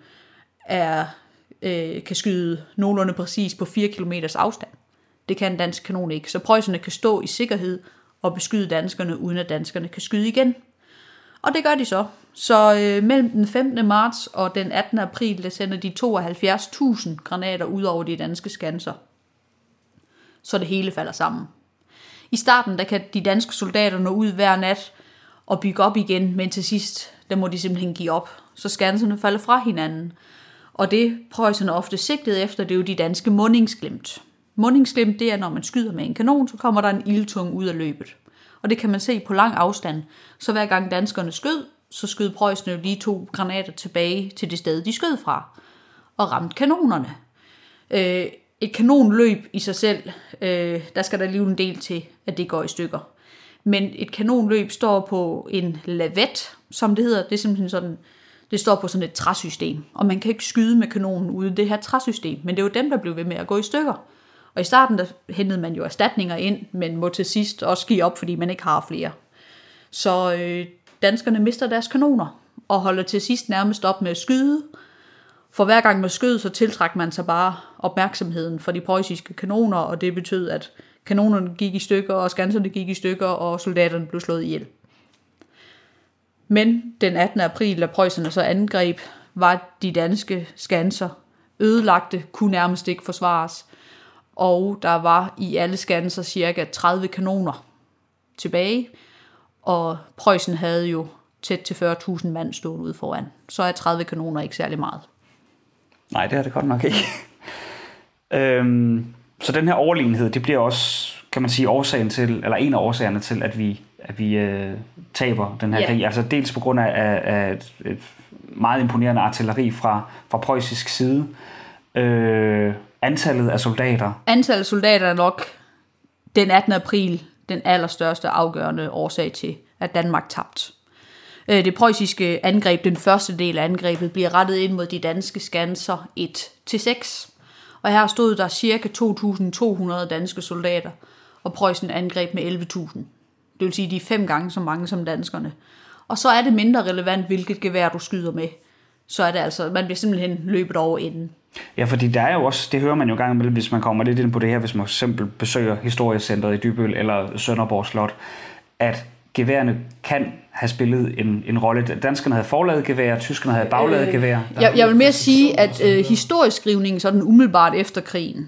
kan skyde nogenlunde præcis på 4 km afstand. Det kan en dansk kanon ikke. Så preusserne kan stå i sikkerhed og beskyde danskerne, uden at danskerne kan skyde igen. Og det gør de så. Så mellem den 15. marts og den 18. april, der sender de 72.000 granater ud over de danske skanser. Så det hele falder sammen. I starten, der kan de danske soldater nå ud hver nat og bygge op igen, men til sidst, der må de simpelthen give op. Så skanserne falder fra hinanden. Og det preusserne ofte sigtede efter, det er jo de danske mundingsglimt. Mundingsglimt, det er, når man skyder med en kanon, så kommer der en ildtung ud af løbet. Og det kan man se på lang afstand. Så hver gang danskerne skød, så skød preusserne jo lige 2 granater tilbage til det sted, de skød fra. Og ramte kanonerne. Et kanonløb i sig selv, der skal der lige en del til, at det går i stykker. Men et kanonløb står på en lavet, som det hedder. Det er simpelthen sådan, det står på sådan et træsystem. Og man kan ikke skyde med kanonen uden det her træsystem. Men det er jo dem, der blev ved med at gå i stykker. Og i starten der hentede man jo erstatninger ind, men må til sidst også give op, fordi man ikke har flere. Så danskerne mister deres kanoner og holder til sidst nærmest op med at skyde. For hver gang man skød, så tiltrækker man sig bare opmærksomheden for de preussiske kanoner, og det betød, at kanonerne gik i stykker, og skanserne gik i stykker, og soldaterne blev slået ihjel. Men den 18. april, da preusserne så angreb, var de danske skanser ødelagte, kunne nærmest ikke forsvares. Og der var i alle skanser cirka 30 kanoner tilbage, og Preussen havde jo tæt til 40.000 mand stående ude foran. Så er 30 kanoner ikke særlig meget. Nej, det er det godt nok ikke. Så den her overlegenhed, det bliver også, kan man sige, årsagen til, eller en af årsagerne til, at vi taber den her krig. Altså dels på grund af et meget imponerende artilleri fra preussisk side. Antallet af soldater. Antallet af soldater er nok den 18. april den allerstørste afgørende årsag til, at Danmark tabte. Det preussiske angreb, den første del af angrebet, bliver rettet ind mod de danske skanser 1-6. Og her stod der cirka 2.200 danske soldater, og Preussen angreb med 11.000. Det vil sige, de er 5 gange så mange som danskerne. Og så er det mindre relevant, hvilket gevær du skyder med. Så er det altså, man bliver simpelthen løbet over enden. Ja, fordi der er jo også, det hører man jo gang imellem, hvis man kommer lidt ind på det her, hvis man for eksempel besøger Historiecentret i Dybbøl eller Sønderborg Slot, at geværerne kan have spillet en rolle. Danskerne havde forladet gevær, tyskerne havde bagladet gevær. Jeg vil mere sige, at historieskrivningen sådan umiddelbart efter krigen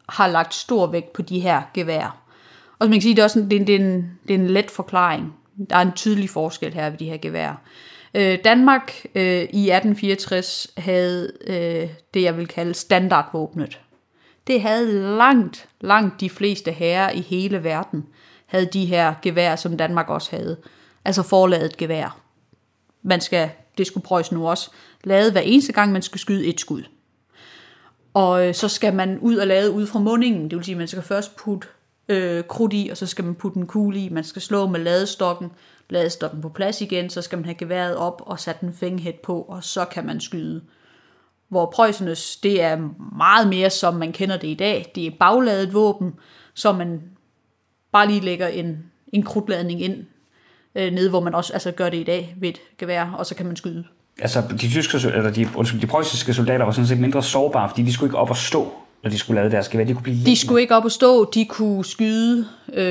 har lagt stor vægt på de her geværer. Og som man kan sige, det er også det er en let forklaring. Der er en tydelig forskel her ved de her geværer. Danmark i 1864 havde det, jeg vil kalde standardvåbnet. Det havde langt de fleste hære i hele verden, havde de her geværer, som Danmark også havde. Altså forladet gevær. Det skulle Preussen nu også lade hver eneste gang, man skal skyde et skud. Og så skal man ud og lade ud fra mundingen. Det vil sige, at man skal først putte krudt i, og så skal man putte en kugle i. Man skal slå med ladestokken på plads igen, så skal man have geværet op og sætte en fænghed på, og så kan man skyde. Hvor Preussernes, det er meget mere, som man kender det i dag. Det er bagladet våben, så man bare lige lægger en krudtladning ind, nede hvor man også gør det i dag ved et gevær, og så kan man skyde. Altså, de preussiske soldater var sådan set mindre sårbare, fordi de skulle ikke op og stå, når de skulle lade deres gevær. De skulle ikke op og stå, de kunne skyde.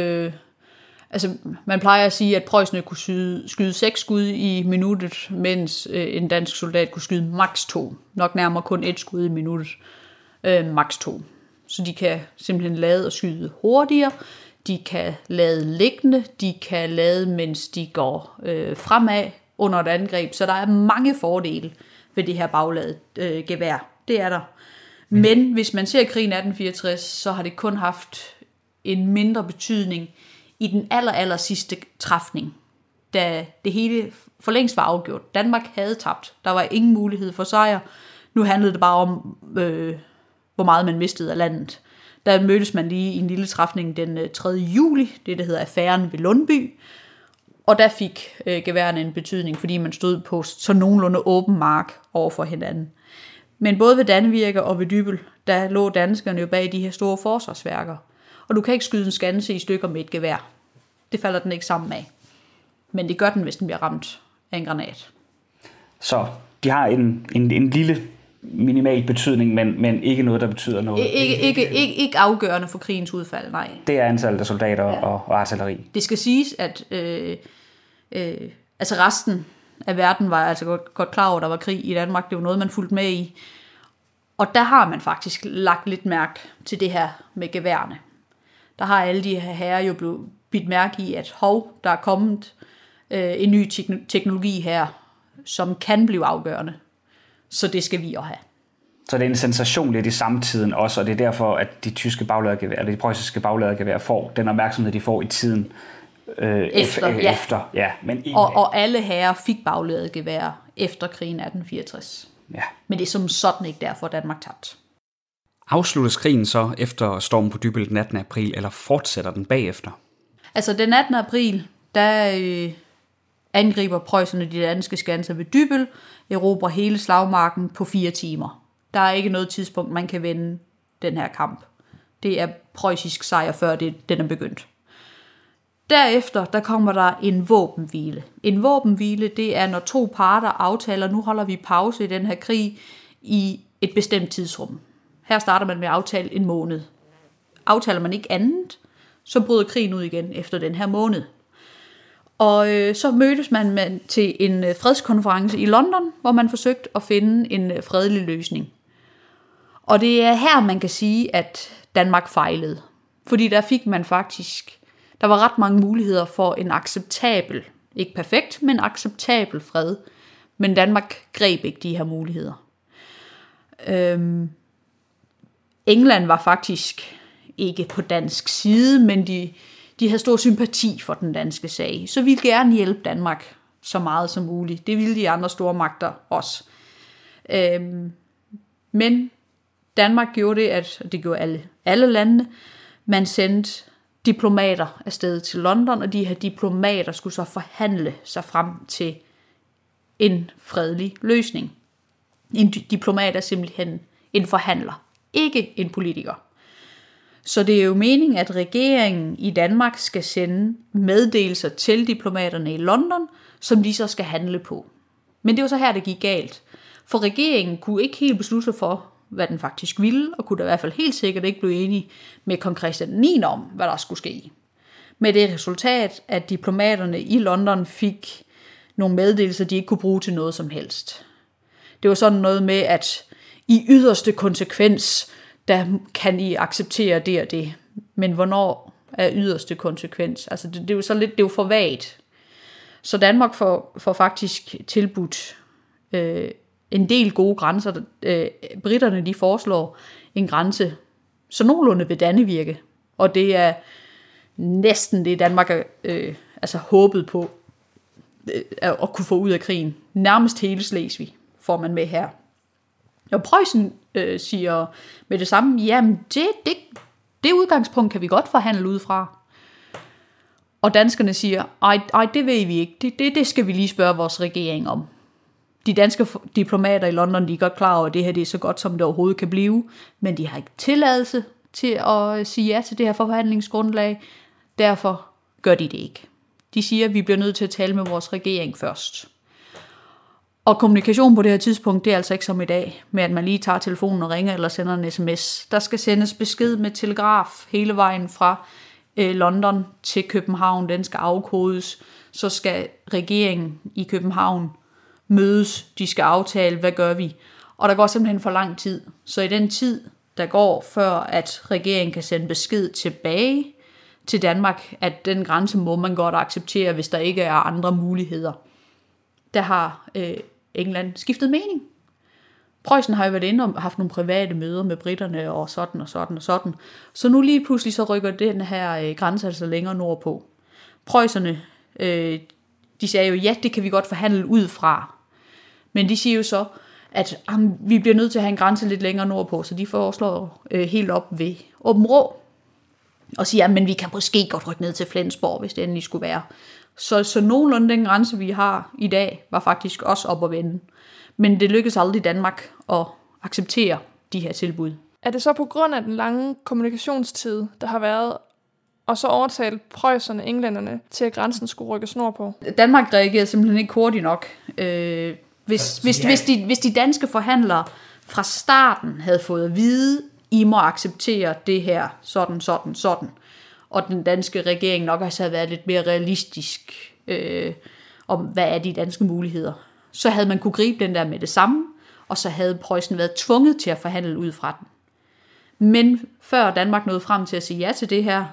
Man plejer at sige, at Preussen kunne skyde 6 skud i minuttet, mens en dansk soldat kunne skyde maks 2. Nok nærmere kun 1 skud i minuttet, maks 2. Så de kan simpelthen lade og skyde hurtigere. De kan lade liggende, de kan lade, mens de går fremad under et angreb. Så der er mange fordele ved det her bagladet gevær. Det er der. Men hvis man ser krigen 1864, så har det kun haft en mindre betydning i den aller sidste træfning, da det hele for længst var afgjort. Danmark havde tabt. Der var ingen mulighed for sejr. Nu handlede det bare om, hvor meget man mistede af landet. Der mødtes man lige i en lille træfning den 3. juli, det der hedder affæren ved Lundby. Og der fik geværerne en betydning, fordi man stod på så nogenlunde åben mark over for hinanden. Men både ved Dannevirke og ved Dybbøl, der lå danskerne jo bag de her store forsvarsværker. Og du kan ikke skyde en skanse i stykker med et gevær. Det falder den ikke sammen af. Men det gør den, hvis den bliver ramt af en granat. Så de har en lille minimal betydning, men ikke noget, der betyder noget. Ikke afgørende for krigens udfald, nej. Det er antallet af soldater og artilleri. Det skal siges, at resten af verden var altså godt klar over, at der var krig i Danmark. Det var noget, man fulgte med i. Og der har man faktisk lagt lidt mærke til det her med geværerne. Der har alle de her herrer jo blevet bidt mærke i, at der er kommet en ny teknologi her, som kan blive afgørende. Så det skal vi også have. Så det er en sensation lidt i samtiden også, og det er derfor, at de tyske bagladergevær, eller de preussiske bagladergevær får den opmærksomhed, de får i tiden efter. Ja, men og alle herrer fik bagladergevær efter krigen 1864. Ja. Men det er som sådan ikke derfor, Danmark tabte. Afsluttes krigen så efter stormen på Dybbøl den 18. april, eller fortsætter den bagefter? Altså den 18. april, der angriber preusserne de danske skanser ved Dybbøl, erobrer hele slagmarken på 4 timer. Der er ikke noget tidspunkt, man kan vinde den her kamp. Det er preussisk sejr, før den er begyndt. Derefter, der kommer der en våbenhvile. En våbenhvile, det er, når 2 parter aftaler, nu holder vi pause i den her krig i et bestemt tidsrum. Her starter man med at aftale en måned. Aftaler man ikke andet, så bryder krigen ud igen efter den her måned. Og så mødtes man til en fredskonference i London, hvor man forsøgte at finde en fredelig løsning. Og det er her, man kan sige, at Danmark fejlede. Fordi der fik man faktisk, der var ret mange muligheder for en acceptabel, ikke perfekt, men acceptabel fred. Men Danmark greb ikke de her muligheder. England var faktisk ikke på dansk side, men de havde stor sympati for den danske sag. Så ville gerne hjælpe Danmark så meget som muligt. Det ville de andre stormagter også. Men Danmark gjorde det, at det gjorde alle landene. Man sendte diplomater afsted til London, og de her diplomater skulle så forhandle sig frem til en fredelig løsning. En diplomat er simpelthen en forhandler, ikke en politiker. Så det er jo meningen, at regeringen i Danmark skal sende meddelelser til diplomaterne i London, som de så skal handle på. Men det var så her, det gik galt. For regeringen kunne ikke helt beslutte sig for, hvad den faktisk ville, og kunne da i hvert fald helt sikkert ikke blive enige med kong Christian 9. om, hvad der skulle ske. Med det resultat, at diplomaterne i London fik nogle meddelelser, de ikke kunne bruge til noget som helst. Det var sådan noget med, at i yderste konsekvens, der kan I acceptere det og det, men hvornår er yderste konsekvens? Altså det er jo så lidt, det er jo for vagt. Så Danmark får faktisk tilbudt en del gode grænser. Briterne, de foreslår en grænse, så nogenlunde ved Dannevirke, og det er næsten det, Danmark er håbet på at kunne få ud af krigen. Nærmest hele Slesvig får man med her. Og Preussen siger med det samme, jamen det udgangspunkt kan vi godt forhandle ud fra. Og danskerne siger, ej det ved vi ikke, det skal vi lige spørge vores regering om. De danske diplomater i London, de er godt klar over, at det her det er så godt, som det overhovedet kan blive, men de har ikke tilladelse til at sige ja til det her forhandlingsgrundlag. Derfor gør de det ikke. De siger, at vi bliver nødt til at tale med vores regering først. Og kommunikation på det her tidspunkt, det er altså ikke som i dag, med at man lige tager telefonen og ringer eller sender en sms. Der skal sendes besked med telegraf hele vejen fra London til København. Den skal afkodes. Så skal regeringen i København mødes. De skal aftale, hvad gør vi? Og der går simpelthen for lang tid. Så i den tid, der går før, at regeringen kan sende besked tilbage til Danmark, at den grænse må man godt acceptere, hvis der ikke er andre muligheder. Der har England skiftet mening. Preussen har jo været inde og haft nogle private møder med britterne og sådan og sådan og sådan. Så nu lige pludselig så rykker den her grænse altså længere nordpå. Preusserne, de sagde jo, ja, det kan vi godt forhandle ud fra. Men de siger jo så, at vi bliver nødt til at have en grænse lidt længere nordpå, så de foreslår helt op ved Aabenraa. Og siger, men vi kan måske godt rykke ned til Flensborg, hvis det endelig skulle være. Så nogenlunde den grænse, vi har i dag, var faktisk også op at vende. Men det lykkedes aldrig i Danmark at acceptere de her tilbud. Er det så på grund af den lange kommunikationstid, der har været, og så overtalt preusserne, englænderne, til at grænsen skulle rykkes nordpå? Danmark reagerede simpelthen ikke hurtigt nok. Hvis de danske forhandlere fra starten havde fået at vide, I må acceptere det her sådan, og den danske regering nok også havde været lidt mere realistisk om, hvad er de danske muligheder, så havde man kunne gribe den der med det samme, og så havde Preussen været tvunget til at forhandle ud fra den. Men før Danmark nåede frem til at sige ja til det her,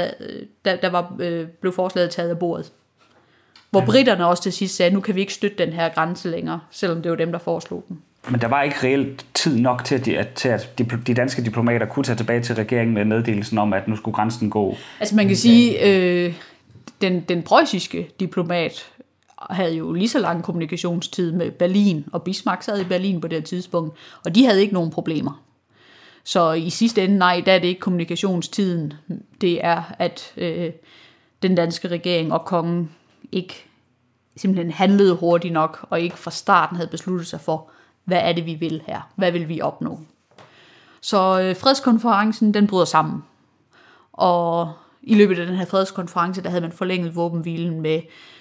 blev forslaget taget af bordet. Hvor britterne også til sidst sagde, nu kan vi ikke støtte den her grænse længere, selvom det var dem, der foreslog den. Men der var ikke reelt tid nok til, at de danske diplomater kunne tage tilbage til regeringen med meddelelsen om, at nu skulle grænsen gå. Altså man kan sige, den preussiske diplomat havde jo lige så lang kommunikationstid med Berlin, og Bismarck sad i Berlin på det tidspunkt, og de havde ikke nogen problemer. Så i sidste ende, nej, der er det ikke kommunikationstiden. Det er, at den danske regering og kongen ikke simpelthen handlede hurtigt nok, og ikke fra starten havde besluttet sig for, hvad er det, vi vil her? Hvad vil vi opnå? Så fredskonferencen, den bryder sammen. Og i løbet af den her fredskonference, der havde man forlænget våbenhvilen med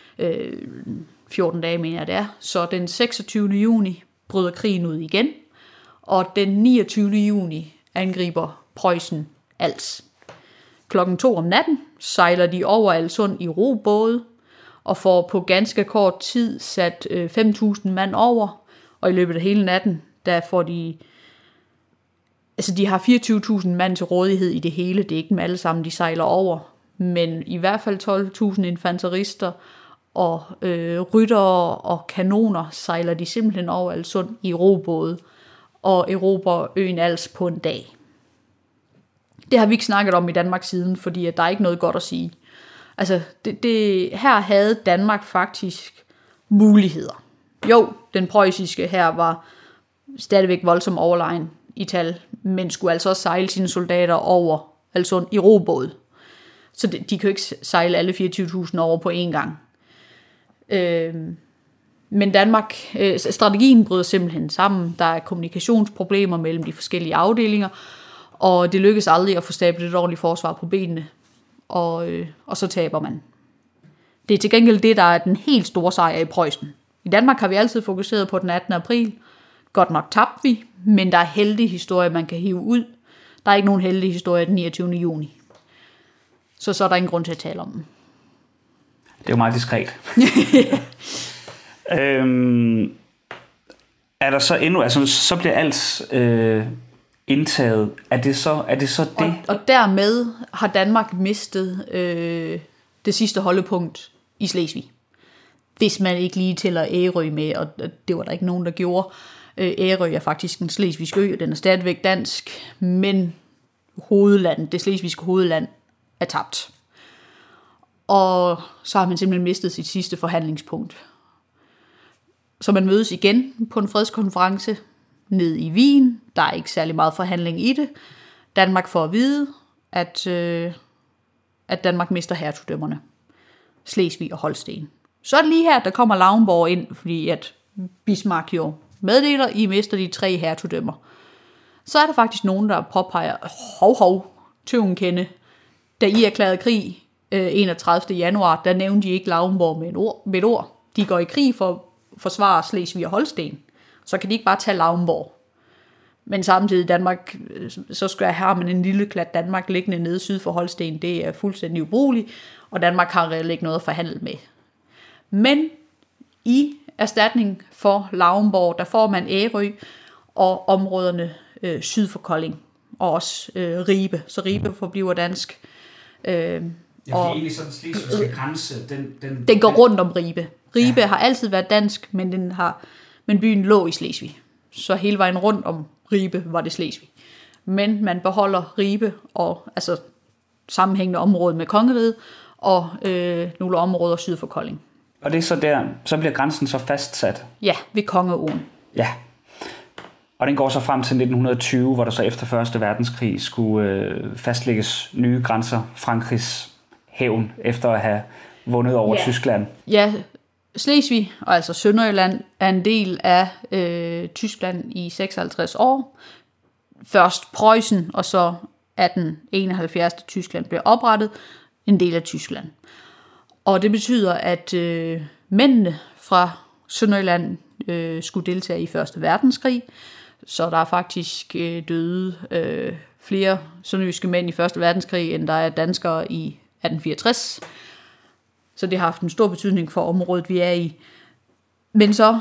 14 dage, mener jeg det er. Så den 26. juni bryder krigen ud igen, og den 29. juni angriber Preussen Als. Klokken 2 om natten sejler de over Alsund i robåde, og får på ganske kort tid sat 5.000 mand over, og i løbet af hele natten, der får de har 24.000 mand til rådighed i det hele. Det er ikke dem alle sammen, de sejler over, men i hvert fald 12.000 infanterister og ryttere og kanoner sejler de simpelthen over Alsund i robåde og erobrer øen Als på en dag. Det har vi ikke snakket om i Danmark siden, fordi at der er ikke noget godt at sige. Altså, her havde Danmark faktisk muligheder. Jo, den preussiske her var stadigvæk voldsomt overlegen i tal, men skulle altså også sejle sine soldater over Alsund i robåd. Så de kan jo ikke sejle alle 24.000 over på én gang. Men Danmark, strategien bryder simpelthen sammen. Der er kommunikationsproblemer mellem de forskellige afdelinger, og det lykkes aldrig at få stablet et ordentligt forsvar på benene. Og så taber man. Det er til gengæld det, der er den helt store sejr i Preussen. I Danmark har vi altid fokuseret på den 18. april. Godt nok tabte vi, men der er heldige historier, man kan hive ud. Der er ikke nogen heldige historier den 29. juni. Så er der ingen grund til at tale om dem. Det er jo meget diskret. Er der så endnu, altså så bliver Als indtaget. Er det så det? Og dermed har Danmark mistet det sidste holdepunkt i Slesvig. Hvis man ikke lige tæller Ærø med, og det var der ikke nogen, der gjorde. Ærø er faktisk en slesvigsk ø, og den er stadigvæk dansk, men det slesvigske hovedland er tabt. Og så har man simpelthen mistet sit sidste forhandlingspunkt. Så man mødes igen på en fredskonference ned i Wien. Der er ikke særlig meget forhandling i det. Danmark får at vide, at Danmark mister hertugdømmerne. Slesvig og Holsten. Så er det lige her, der kommer Lauenborg ind, fordi at Bismarck jo meddeler, I mister de 3 hertugdømmer. Så er der faktisk nogen, der påpeger, tøven kende, da I erklærede krig 31. januar, der nævnte de ikke Lauenborg med et ord. De går i krig for at forsvare Slesvig og Holsten. Så kan de ikke bare tage Lauenborg. Men samtidig i Danmark, så har man en lille klat Danmark liggende nede syd for Holsten. Det er fuldstændig ubrugeligt, og Danmark har reelt ikke noget at forhandle med. Men i erstatning for Lauenborg, der får man Ærø og områderne syd for Kolding, og også Ribe. Så Ribe forbliver dansk. Og egentlig sådan slesvigske grænse, den går rundt om Ribe. Ribe har altid været dansk, men byen lå i Slesvig. Så hele vejen rundt om Ribe var det Slesvig. Men man beholder Ribe og altså sammenhængende område med kongeriget og nogle områder syd for Kolding. Og det er så der, så bliver grænsen så fastsat? Ja, ved Kongeåen. Ja. Og den går så frem til 1920, hvor der så efter 1. verdenskrig skulle fastlægges nye grænser. Frankrigs hævn efter at have vundet over Tyskland. Ja, Slesvig, og altså Sønderjylland, er en del af Tyskland i 56 år. Først Preussen, og så 1871, da Tyskland blev oprettet, en del af Tyskland. Og det betyder, at mændene fra Sønderjylland skulle deltage i 1. verdenskrig. Så der er faktisk døde flere sønderjyske mænd i 1. verdenskrig, end der er danskere i 1864. Så det har haft en stor betydning for området, vi er i. Men så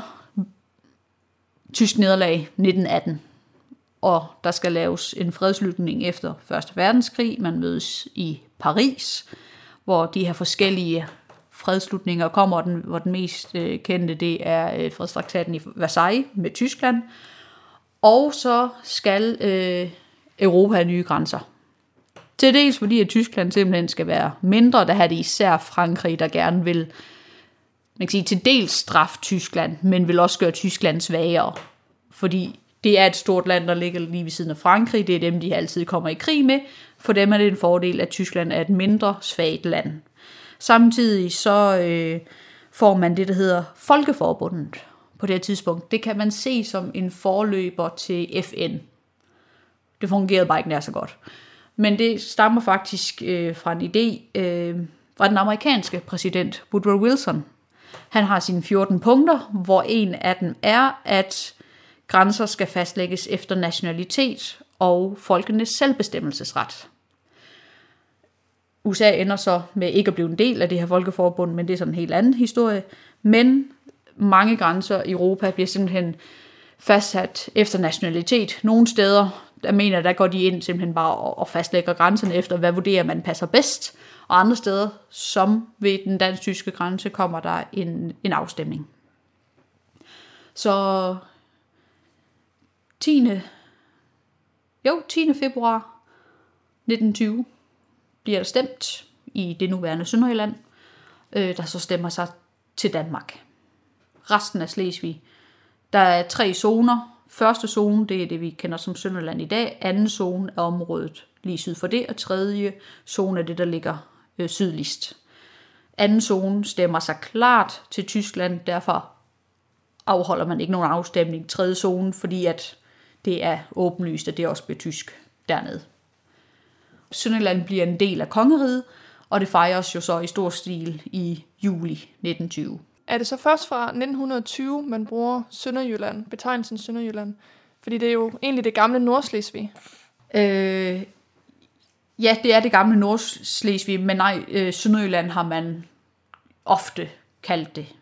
tysk nederlag 1918. Og der skal laves en fredsslutning efter 1. verdenskrig. Man mødes i Paris, hvor de her forskellige fredsslutninger kommer. Hvor den mest kendte, det er fredstraktaten i Versailles med Tyskland. Og så skal Europa have nye grænser. Til dels fordi, at Tyskland simpelthen skal være mindre. Der er det især Frankrig, der gerne vil, man kan sige, til dels straffe Tyskland, men vil også gøre Tyskland svagere. Fordi det er et stort land, der ligger lige ved siden af Frankrig. Det er dem, de altid kommer i krig med. For dem er det en fordel, at Tyskland er et mindre svagt land. Samtidig så får man det, der hedder Folkeforbundet på det her tidspunkt. Det kan man se som en forløber til FN. Det fungerede bare ikke nær så godt. Men det stammer faktisk fra en idé fra den amerikanske præsident Woodrow Wilson. Han har sine 14 punkter, hvor en af dem er, at grænser skal fastlægges efter nationalitet og folkenes selvbestemmelsesret. USA ender så med ikke at blive en del af det her folkeforbund, men det er sådan en helt anden historie. Men mange grænser i Europa bliver simpelthen fastsat efter nationalitet. Nogle steder, der går de ind simpelthen bare og fastlægger grænserne efter, hvad vurderer man passer bedst. Og andre steder, som ved den dansk-tyske grænse, kommer der en afstemning. Så 10. februar 1920 bliver der stemt i det nuværende Sønderjylland, der så stemmer sig til Danmark. Resten af Slesvig, der er 3 zoner. Første zone, det er det, vi kender som Sønderjylland i dag. Anden zone er området lige syd for det, og tredje zone er det, der ligger sydligst. Anden zone stemmer sig klart til Tyskland, derfor afholder man ikke nogen afstemning. Tredje zone, fordi at det er åbenlyst, at det også bliver tysk dernede. Sønderjylland bliver en del af kongeriget, og det fejres jo så i stor stil i juli 1920. Er det så først fra 1920, man bruger Sønderjylland, betegnelsen Sønderjylland? Fordi det er jo egentlig det gamle Nordslesvig. Ja, det er det gamle Nordslesvig, men nej, Sønderjylland har man ofte kaldt det.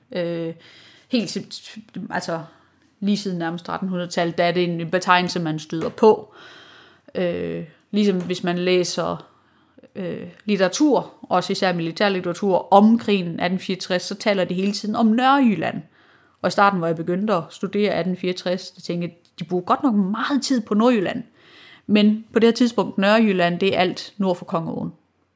Altså lige siden nærmest 1300-tallet, der er det en betegnelse, man støder på. Ligesom hvis man læser litteratur, også især militærlitteratur, om krigen 1864, så taler det hele tiden om Nørrejylland. Og i starten, hvor jeg begyndte at studere 1864, så tænkte jeg, de bruger godt nok meget tid på Nordjylland. Men på det her tidspunkt, Nørrejylland, det er alt nord for Kongeåen.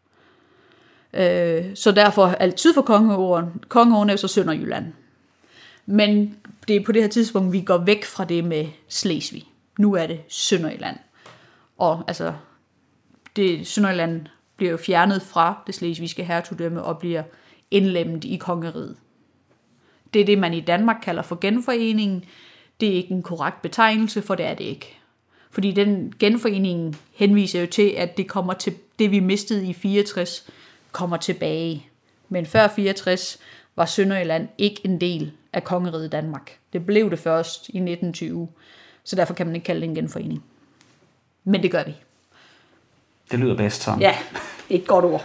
Så derfor alt syd for Kongeåen er jo så Sønderjylland. Men det er på det her tidspunkt, vi går væk fra det med Slesvig. Nu er det Sønderjylland. Og altså, Sønderjylland bliver jo fjernet fra det slesvigske hertugdømme og bliver indlemmet i kongeriget. Det er det, man i Danmark kalder for genforeningen. Det er ikke en korrekt betegnelse, for det er det ikke. Fordi den genforening henviser jo til, at det kommer til det, vi mistede i 64, kommer tilbage. Men før 64 var Sønderjylland ikke en del af kongeriget Danmark. Det blev det først i 1920, så derfor kan man ikke kalde det en genforening. Men det gør vi. Det lyder bedst sådan. Ja, et godt ord.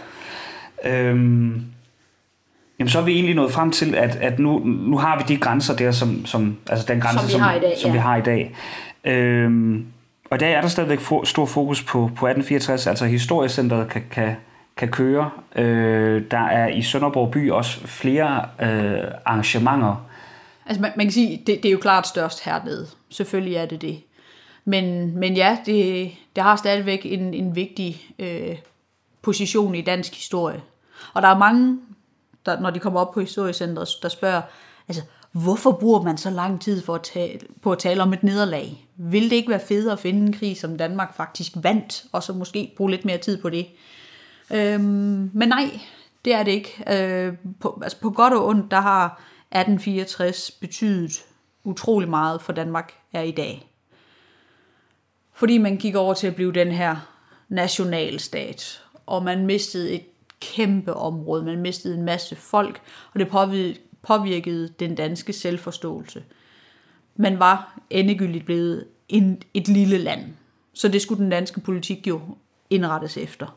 Jamen, så er vi egentlig nået frem til, at nu har vi de grænser der, som altså den grænse, som vi har i dag. Og i dag er der stadigvæk stor fokus på 1864, altså Historiecentret kan køre. Der er i Sønderborg by også flere arrangementer. Altså man kan sige, det er jo klart størst hernede. Selvfølgelig er det det. Men ja, det har stadigvæk en vigtig position i dansk historie. Og der er mange, der, når de kommer op på Historiecentret, der spørger, altså, hvorfor bruger man så lang tid på at tale om et nederlag? Vil det ikke være federe at finde en krig, som Danmark faktisk vandt, og så måske bruge lidt mere tid på det? Men nej, det er det ikke. På godt og ondt, der har 1864 betydet utrolig meget for Danmark er i dag. Fordi man gik over til at blive den her nationalstat, og man mistede et kæmpe område, man mistede en masse folk, og det påvirkede den danske selvforståelse. Man var endegyldigt blevet et lille land, så det skulle den danske politik jo indrettes efter.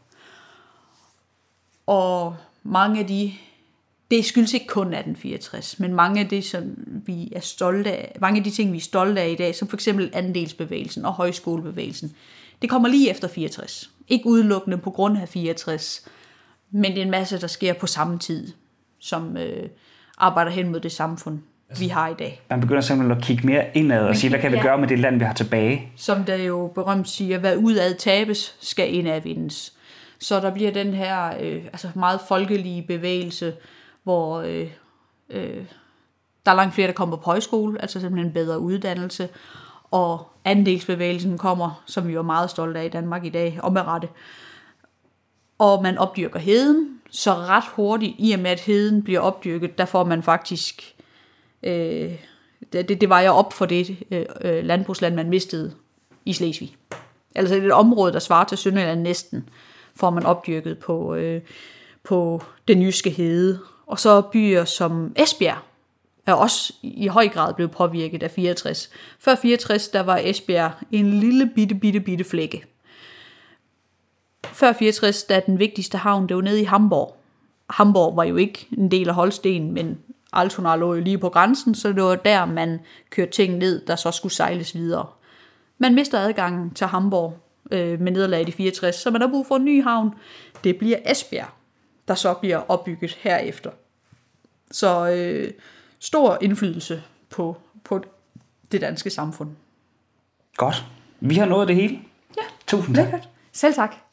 Og mange af det skyldes ikke kun 1864, men mange af det, som vi er stolte af, mange af de ting, vi er stolte af i dag, som for eksempel andelsbevægelsen og højskolebevægelsen, det kommer lige efter 64. Ikke udelukkende på grund af 64, men det er en masse, der sker på samme tid, som arbejder hen mod det samfund, vi har i dag. Man begynder simpelthen at kigge mere indad og sige, hvad kan vi gøre med det land, vi har tilbage? Som der jo berømt siger, hvad udad tabes, skal indad vindes. Så der bliver den her meget folkelige bevægelse, hvor der er langt flere, der kommer på højskole, altså simpelthen en bedre uddannelse, og andelsbevægelsen kommer, som vi er meget stolte af i Danmark i dag, og med rette. Og man opdyrker heden, så ret hurtigt, i og med at heden bliver opdyrket, der får man faktisk, det vejer op for det landbrugsland, man mistede i Slesvig. Altså det er et område, der svarer til Sønderjylland næsten, får man opdyrket på den jyske hede. Og så byer som Esbjerg er også i høj grad blevet påvirket af 64. Før 64, der var Esbjerg en lille bitte flække. Før 64, der er den vigtigste havn, det var nede i Hamborg. Hamborg var jo ikke en del af Holsten, men Altona lå jo lige på grænsen, så det var der, man kørte ting ned, der så skulle sejles videre. Man mister adgangen til Hamborg med nederlaget i 64, så man har brug for en ny havn. Det bliver Esbjerg, der så bliver opbygget herefter. Så stor indflydelse på det danske samfund. Godt. Vi har nået det hele. Ja. Tusind tak. Lækkert. Selv tak.